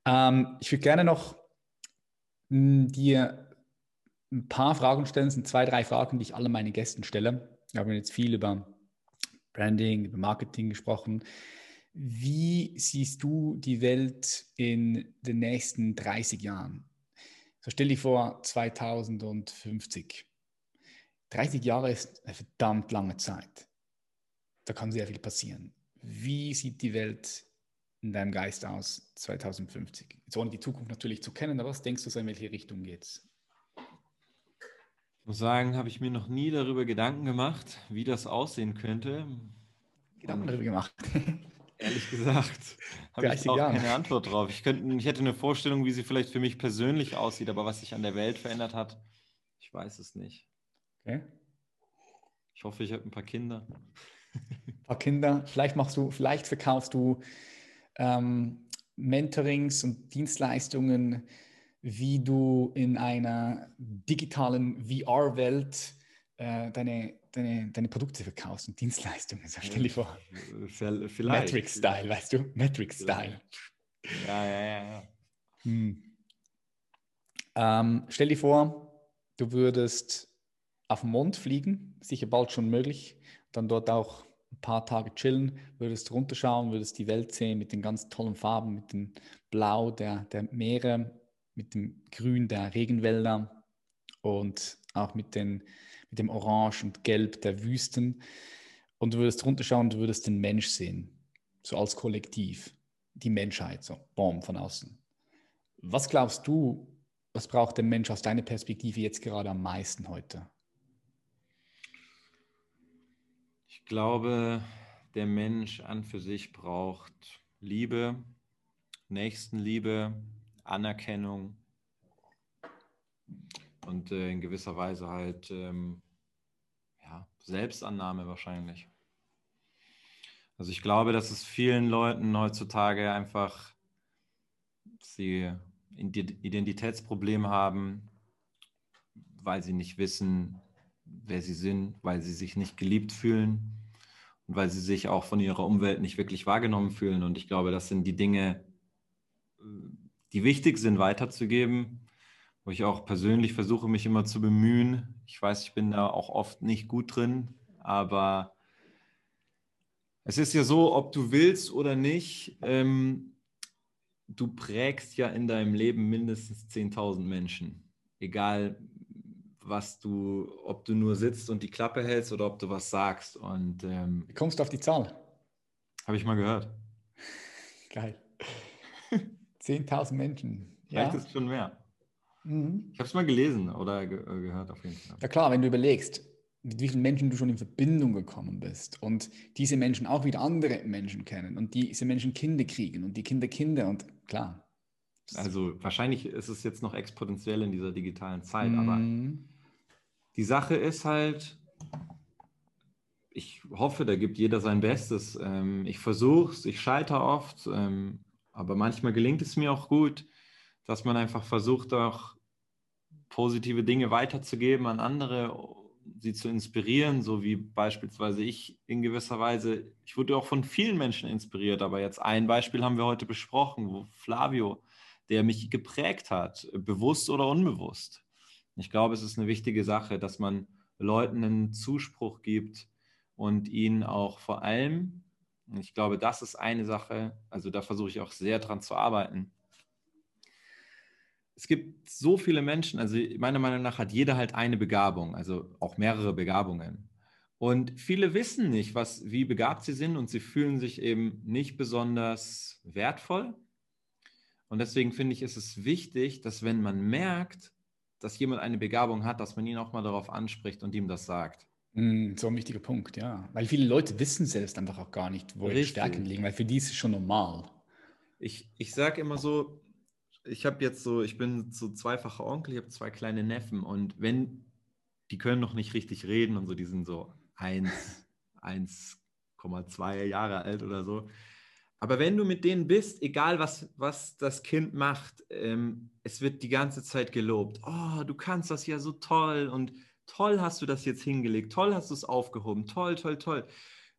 Ähm, ich würde gerne noch mh, dir ein paar Fragen stellen. Es sind zwei, drei Fragen, die ich alle meinen Gästen stelle. Wir haben jetzt viel über Branding, über Marketing gesprochen. Wie siehst du die Welt in den nächsten dreißig Jahren? So stell dir vor, zweitausendfünfzig. dreißig Jahre ist eine verdammt lange Zeit. Da kann sehr viel passieren. Wie sieht die Welt in deinem Geist aus zweitausendfünfzig? Jetzt ohne die Zukunft natürlich zu kennen, aber was denkst du so, in welche Richtung geht's? Ich muss sagen, habe ich mir noch nie darüber Gedanken gemacht, wie das aussehen könnte. Gedanken Und darüber gemacht. ehrlich gesagt, habe ich da dreißig auch Jahren. keine Antwort drauf. Ich könnte, ich hätte eine Vorstellung, wie sie vielleicht für mich persönlich aussieht, aber was sich an der Welt verändert hat, ich weiß es nicht. Okay. Ich hoffe, ich habe ein paar Kinder. Ein paar Kinder. Vielleicht machst du, vielleicht verkaufst du ähm, Mentorings und Dienstleistungen, wie du in einer digitalen V R-Welt äh, deine, deine, deine Produkte verkaufst und Dienstleistungen. So, stell dir vor. Vielleicht. Matrix-Style, weißt du? Matrix-Style. Ja, ja, ja, ja. Hm. Ähm, stell dir vor, du würdest auf den Mond fliegen, sicher bald schon möglich, dann dort auch ein paar Tage chillen, würdest runterschauen, würdest die Welt sehen mit den ganz tollen Farben, mit dem Blau der, der Meere, mit dem Grün der Regenwälder und auch mit, den, mit dem Orange und Gelb der Wüsten. Und du würdest runterschauen, du würdest den Mensch sehen, so als Kollektiv, die Menschheit, so, boom, von außen. Was glaubst du, was braucht der Mensch aus deiner Perspektive jetzt gerade am meisten heute? Ich glaube, der Mensch an für sich braucht Liebe, Nächstenliebe, Anerkennung und äh, in gewisser Weise halt ähm, ja, Selbstannahme wahrscheinlich. Also ich glaube, dass es vielen Leuten heutzutage einfach sie Identitätsprobleme haben, weil sie nicht wissen, wer sie sind, weil sie sich nicht geliebt fühlen und weil sie sich auch von ihrer Umwelt nicht wirklich wahrgenommen fühlen. Und ich glaube, das sind die Dinge, die wichtig sind, weiterzugeben, wo ich auch persönlich versuche, mich immer zu bemühen. Ich weiß, ich bin da auch oft nicht gut drin, aber es ist ja so, ob du willst oder nicht, ähm, du prägst ja in deinem Leben mindestens zehntausend Menschen. Egal, was du, ob du nur sitzt und die Klappe hältst oder ob du was sagst. Und ähm, Wie kommst du auf die Zahl? habe ich mal gehört. Geil. zehntausend Menschen. Vielleicht ist Ja. es schon mehr. Mhm. Ich habe es mal gelesen oder ge gehört auf jeden Fall. Ja klar, wenn du überlegst, mit wie vielen Menschen du schon in Verbindung gekommen bist und diese Menschen auch wieder andere Menschen kennen und diese Menschen Kinder kriegen und die Kinder Kinder und klar. Also wahrscheinlich ist es jetzt noch exponentiell in dieser digitalen Zeit, aber Mhm. die Sache ist halt, ich hoffe, da gibt jeder sein Bestes. Ähm, ich versuche es, ich scheitere oft, ähm, aber manchmal gelingt es mir auch gut, dass man einfach versucht, auch positive Dinge weiterzugeben an andere, sie zu inspirieren, so wie beispielsweise ich in gewisser Weise, ich wurde auch von vielen Menschen inspiriert, aber jetzt ein Beispiel haben wir heute besprochen, wo Flavio, der mich geprägt hat, bewusst oder unbewusst. Ich glaube, es ist eine wichtige Sache, dass man Leuten einen Zuspruch gibt und ihnen auch vor allem, und ich glaube, das ist eine Sache, also da versuche ich auch sehr dran zu arbeiten. Es gibt so viele Menschen, also meiner Meinung nach hat jeder halt eine Begabung, also auch mehrere Begabungen. Und viele wissen nicht, was, wie begabt sie sind und sie fühlen sich eben nicht besonders wertvoll. Und deswegen finde ich, ist es wichtig, dass wenn man merkt, dass jemand eine Begabung hat, dass man ihn auch mal darauf anspricht und ihm das sagt. Mhm, so ein wichtiger Punkt, ja. Weil viele Leute wissen selbst einfach auch gar nicht, wo ihre Stärken Richtig. liegen, weil für die ist es schon normal. Ich, ich sage immer so, ich habe jetzt so, ich bin so zweifacher Onkel, ich habe zwei kleine Neffen und wenn, die können noch nicht richtig reden und so, die sind so eins, eins Komma zwei Jahre alt oder so. Aber wenn du mit denen bist, egal was, was das Kind macht, ähm, es wird die ganze Zeit gelobt. Oh, du kannst das ja so toll und toll hast du das jetzt hingelegt, toll hast du es aufgehoben, toll, toll, toll.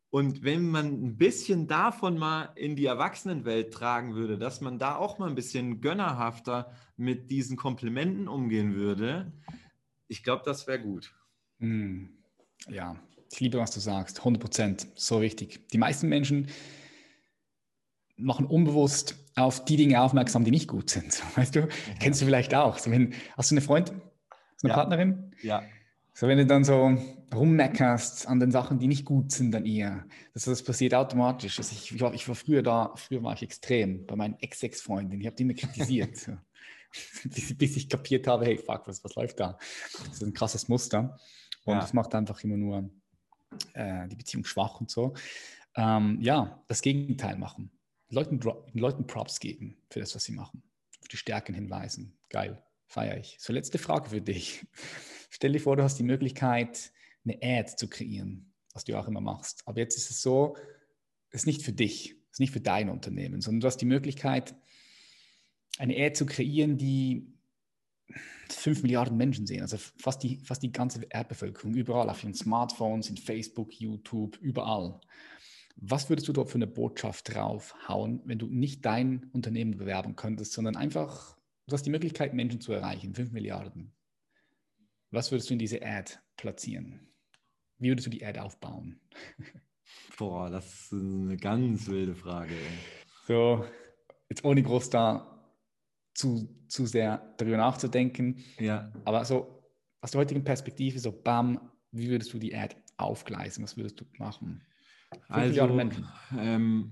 Und wenn man ein bisschen davon mal in die Erwachsenenwelt tragen würde, dass man da auch mal ein bisschen gönnerhafter mit diesen Komplimenten umgehen würde, ich glaube, das wäre gut. Mm, ja, ich liebe, was du sagst. hundert Prozent, so wichtig. Die meisten Menschen machen unbewusst auf die Dinge aufmerksam, die nicht gut sind. Weißt du, ja. Kennst du vielleicht auch. So, wenn, hast du eine Freundin, hast du eine ja. Partnerin? Ja. So, wenn du dann so rummeckerst an den Sachen, die nicht gut sind an ihr, das, das passiert automatisch. Also ich, ich, war, ich war früher da, früher war ich extrem bei meinen Ex-Ex-Freundinnen. Ich habe die immer kritisiert, so. bis, bis ich kapiert habe, hey, fuck, was, was läuft da? Das ist ein krasses Muster und Ja. das macht einfach immer nur äh, die Beziehung schwach und so. Ähm, ja, das Gegenteil machen. Leuten, Leuten Props geben für das, was sie machen. Auf die Stärken hinweisen. Geil, feiere ich. So, letzte Frage für dich. Stell dir vor, du hast die Möglichkeit, eine Ad zu kreieren, was du auch immer machst. Aber jetzt ist es so, es ist nicht für dich, es ist nicht für dein Unternehmen, sondern du hast die Möglichkeit, eine Ad zu kreieren, die fünf Milliarden Menschen sehen, also fast die, fast die ganze Erdbevölkerung, überall, auf ihren Smartphones, in Facebook, YouTube, überall. Was würdest du dort für eine Botschaft draufhauen, wenn du nicht dein Unternehmen bewerben könntest, sondern einfach, du hast die Möglichkeit, Menschen zu erreichen, fünf Milliarden. Was würdest du in diese Ad platzieren? Wie würdest du die Ad aufbauen? Boah, das ist eine ganz wilde Frage. Ey. So, jetzt ohne groß da zu, zu sehr darüber nachzudenken. Ja. Aber so aus der heutigen Perspektive, so bam, wie würdest du die Ad aufgleisen? Was würdest du machen? fünf Also, Milliarden Menschen. Ähm,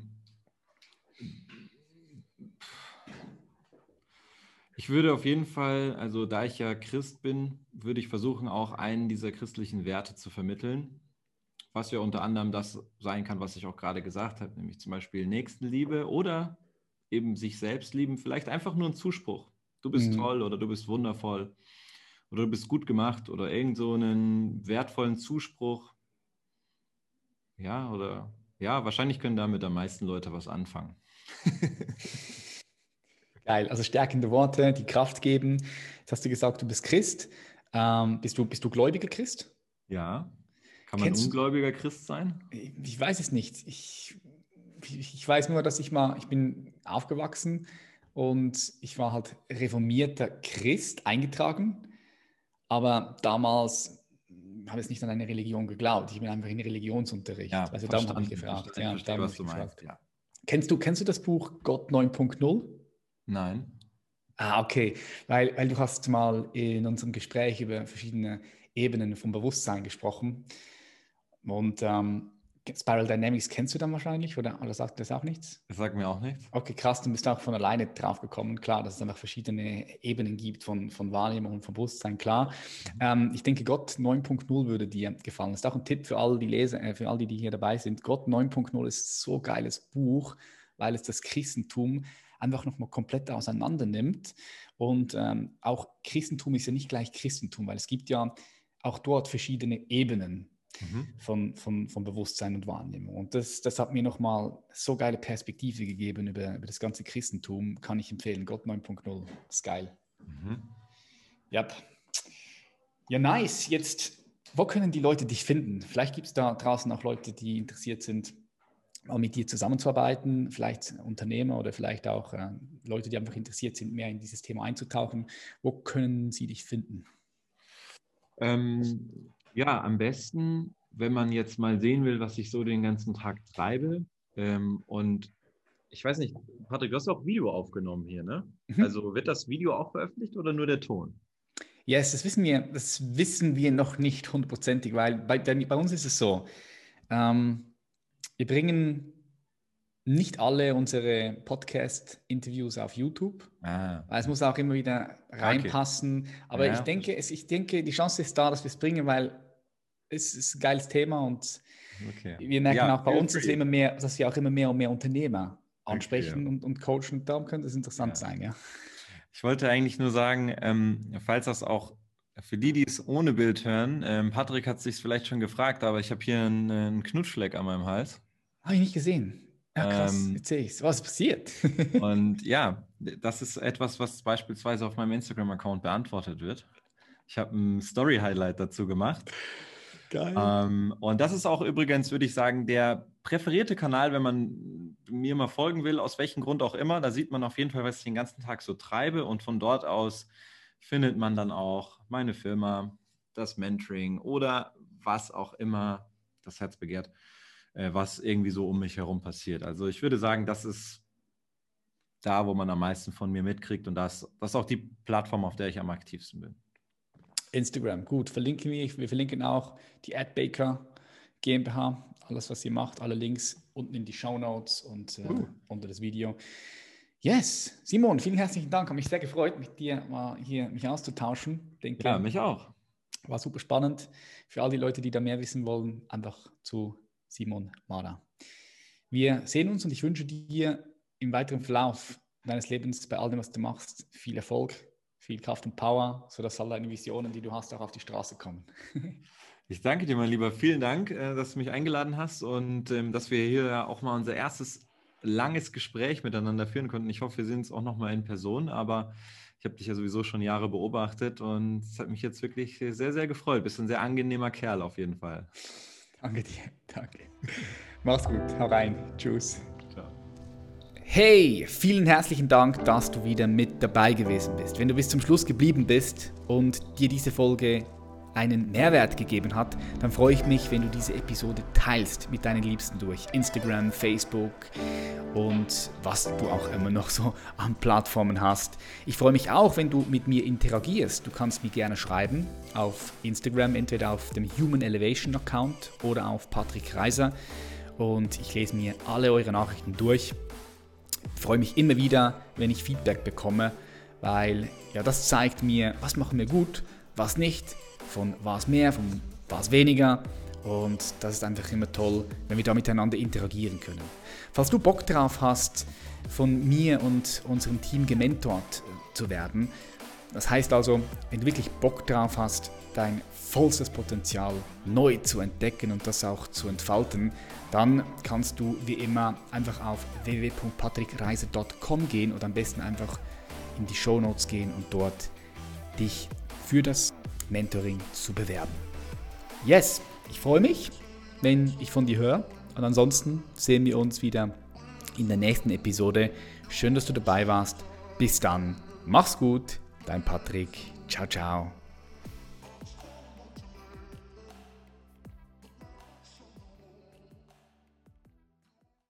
ich würde auf jeden Fall, also da ich ja Christ bin, würde ich versuchen, auch einen dieser christlichen Werte zu vermitteln, was ja unter anderem das sein kann, was ich auch gerade gesagt habe, nämlich zum Beispiel Nächstenliebe oder eben sich selbst lieben, vielleicht einfach nur ein Zuspruch. Du bist mhm. toll oder du bist wundervoll oder du bist gut gemacht oder irgend so einen wertvollen Zuspruch. Ja, oder ja, wahrscheinlich können damit am meisten Leute was anfangen. Geil, also stärkende Worte, die Kraft geben. Jetzt hast du gesagt, du bist Christ. Ähm, bist du, bist du gläubiger Christ? Ja. Kann man Kennst ungläubiger du, Christ sein? Ich weiß es nicht. Ich, ich weiß nur, dass ich mal, ich bin aufgewachsen und ich war halt reformierter Christ eingetragen, aber damals habe ich nicht an eine Religion geglaubt. Ich bin einfach in Religionsunterricht. Ja, also darum habe ich gefragt. Ich verstehe, ja, was du meinst. Ja. Kennst du, kennst du das Buch Gott neun Punkt null? Nein. Ah, okay. Weil, weil du hast mal in unserem Gespräch über verschiedene Ebenen vom Bewusstsein gesprochen. Und ähm, Spiral Dynamics kennst du dann wahrscheinlich, oder, oder sagt das auch nichts? Das sagt mir auch nichts. Okay, krass, dann bist du auch von alleine drauf gekommen. Klar, dass es einfach verschiedene Ebenen gibt von, von Wahrnehmung und von Bewusstsein, klar. Mhm. Ähm, ich denke, Gott neun Punkt null würde dir gefallen. Das ist auch ein Tipp für all die Leser, äh, für all die, die hier dabei sind. Gott neun Punkt null ist so ein geiles Buch, weil es das Christentum einfach nochmal komplett auseinander nimmt. Und ähm, auch Christentum ist ja nicht gleich Christentum, weil es gibt ja auch dort verschiedene Ebenen. Mhm. Von, von, von Bewusstsein und Wahrnehmung. Und das, das hat mir nochmal so geile Perspektive gegeben über, über das ganze Christentum. Kann ich empfehlen. Gott neun Punkt null. Das ist geil. Mhm. Yep. Ja, nice. Jetzt, wo können die Leute dich finden? Vielleicht gibt es da draußen auch Leute, die interessiert sind, mal mit dir zusammenzuarbeiten. Vielleicht Unternehmer oder vielleicht auch äh, Leute, die einfach interessiert sind, mehr in dieses Thema einzutauchen. Wo können sie dich finden? Ähm... Ja, am besten, wenn man jetzt mal sehen will, was ich so den ganzen Tag treibe. Ähm, und ich weiß nicht, Patrick, du hast auch Video aufgenommen hier, ne? Mhm. Also wird das Video auch veröffentlicht oder nur der Ton? Ja, yes, das wissen wir, das wissen wir noch nicht hundertprozentig, weil bei, bei uns ist es so, ähm, wir bringen nicht alle unsere Podcast-Interviews auf YouTube, ah, weil es muss auch immer wieder reinpassen. Okay. Aber ja, ich denke, es, ich denke, die Chance ist da, dass wir es bringen, weil es ist ein geiles Thema und okay. wir merken ja, auch bei uns, dass wir, immer mehr, dass wir auch immer mehr und mehr Unternehmer ansprechen okay. und, und coachen. Und darum könnte es interessant ja. sein. Ja. Ich wollte eigentlich nur sagen, ähm, falls das auch für die, die es ohne Bild hören, ähm, Patrick hat es sich vielleicht schon gefragt, aber ich habe hier einen, einen Knutschfleck an meinem Hals. Habe ich nicht gesehen. Ja, krass, ähm, jetzt sehe ich es. Was ist passiert? Und ja, das ist etwas, was beispielsweise auf meinem Instagram-Account beantwortet wird. Ich habe ein Story-Highlight dazu gemacht. Geil. Ähm, und das ist auch übrigens, würde ich sagen, der präferierte Kanal, wenn man mir mal folgen will, aus welchem Grund auch immer. Da sieht man auf jeden Fall, was ich den ganzen Tag so treibe. Und von dort aus findet man dann auch meine Firma, das Mentoring oder was auch immer das Herz begehrt, äh, was irgendwie so um mich herum passiert. Also ich würde sagen, das ist da, wo man am meisten von mir mitkriegt. Und das, das ist auch die Plattform, auf der ich am aktivsten bin. Instagram, gut, verlinken wir. Wir verlinken auch die AdBaker GmbH, alles, was ihr macht, alle Links unten in die Shownotes und äh, uh. unter das Video. Yes, Simon, vielen herzlichen Dank. Habe mich sehr gefreut, mit dir mal hier mich auszutauschen. Denke, ja, mich auch. War super spannend. Für all die Leute, die da mehr wissen wollen, einfach zu Simon Mara. Wir sehen uns und ich wünsche dir im weiteren Verlauf deines Lebens bei all dem, was du machst, viel Erfolg, viel Kraft und Power, sodass all deine Visionen, die du hast, auch auf die Straße kommen. Ich danke dir, mein Lieber. Vielen Dank, dass du mich eingeladen hast und dass wir hier auch mal unser erstes langes Gespräch miteinander führen konnten. Ich hoffe, wir sehen uns auch noch mal in Person, aber ich habe dich ja sowieso schon Jahre beobachtet und es hat mich jetzt wirklich sehr, sehr gefreut. Bist ein sehr angenehmer Kerl auf jeden Fall. Danke dir, danke. Mach's gut, hau rein. Tschüss. Ciao. Hey, vielen herzlichen Dank, dass du wieder mit dabei gewesen bist. Wenn du bis zum Schluss geblieben bist und dir diese Folge einen Mehrwert gegeben hat, dann freue ich mich, wenn du diese Episode teilst mit deinen Liebsten durch Instagram, Facebook und was du auch immer noch so an Plattformen hast. Ich freue mich auch, wenn du mit mir interagierst. Du kannst mir gerne schreiben auf Instagram, entweder auf dem Human Elevation Account oder auf Patrick Reiser und ich lese mir alle eure Nachrichten durch. Ich freue mich immer wieder, wenn ich Feedback bekomme, weil ja, das zeigt mir, was machen wir gut, was nicht, von was mehr, von was weniger und das ist einfach immer toll, wenn wir da miteinander interagieren können. Falls du Bock drauf hast, von mir und unserem Team gementort zu werden, das heißt also, wenn du wirklich Bock drauf hast, dein vollstes Potenzial neu zu entdecken und das auch zu entfalten, dann kannst du wie immer einfach auf w w w punkt patrick reiser punkt com gehen oder am besten einfach in die Shownotes gehen und dort dich für das Mentoring zu bewerben. Yes, ich freue mich, wenn ich von dir höre und ansonsten sehen wir uns wieder in der nächsten Episode. Schön, dass du dabei warst. Bis dann, mach's gut, dein Patrick. Ciao, ciao.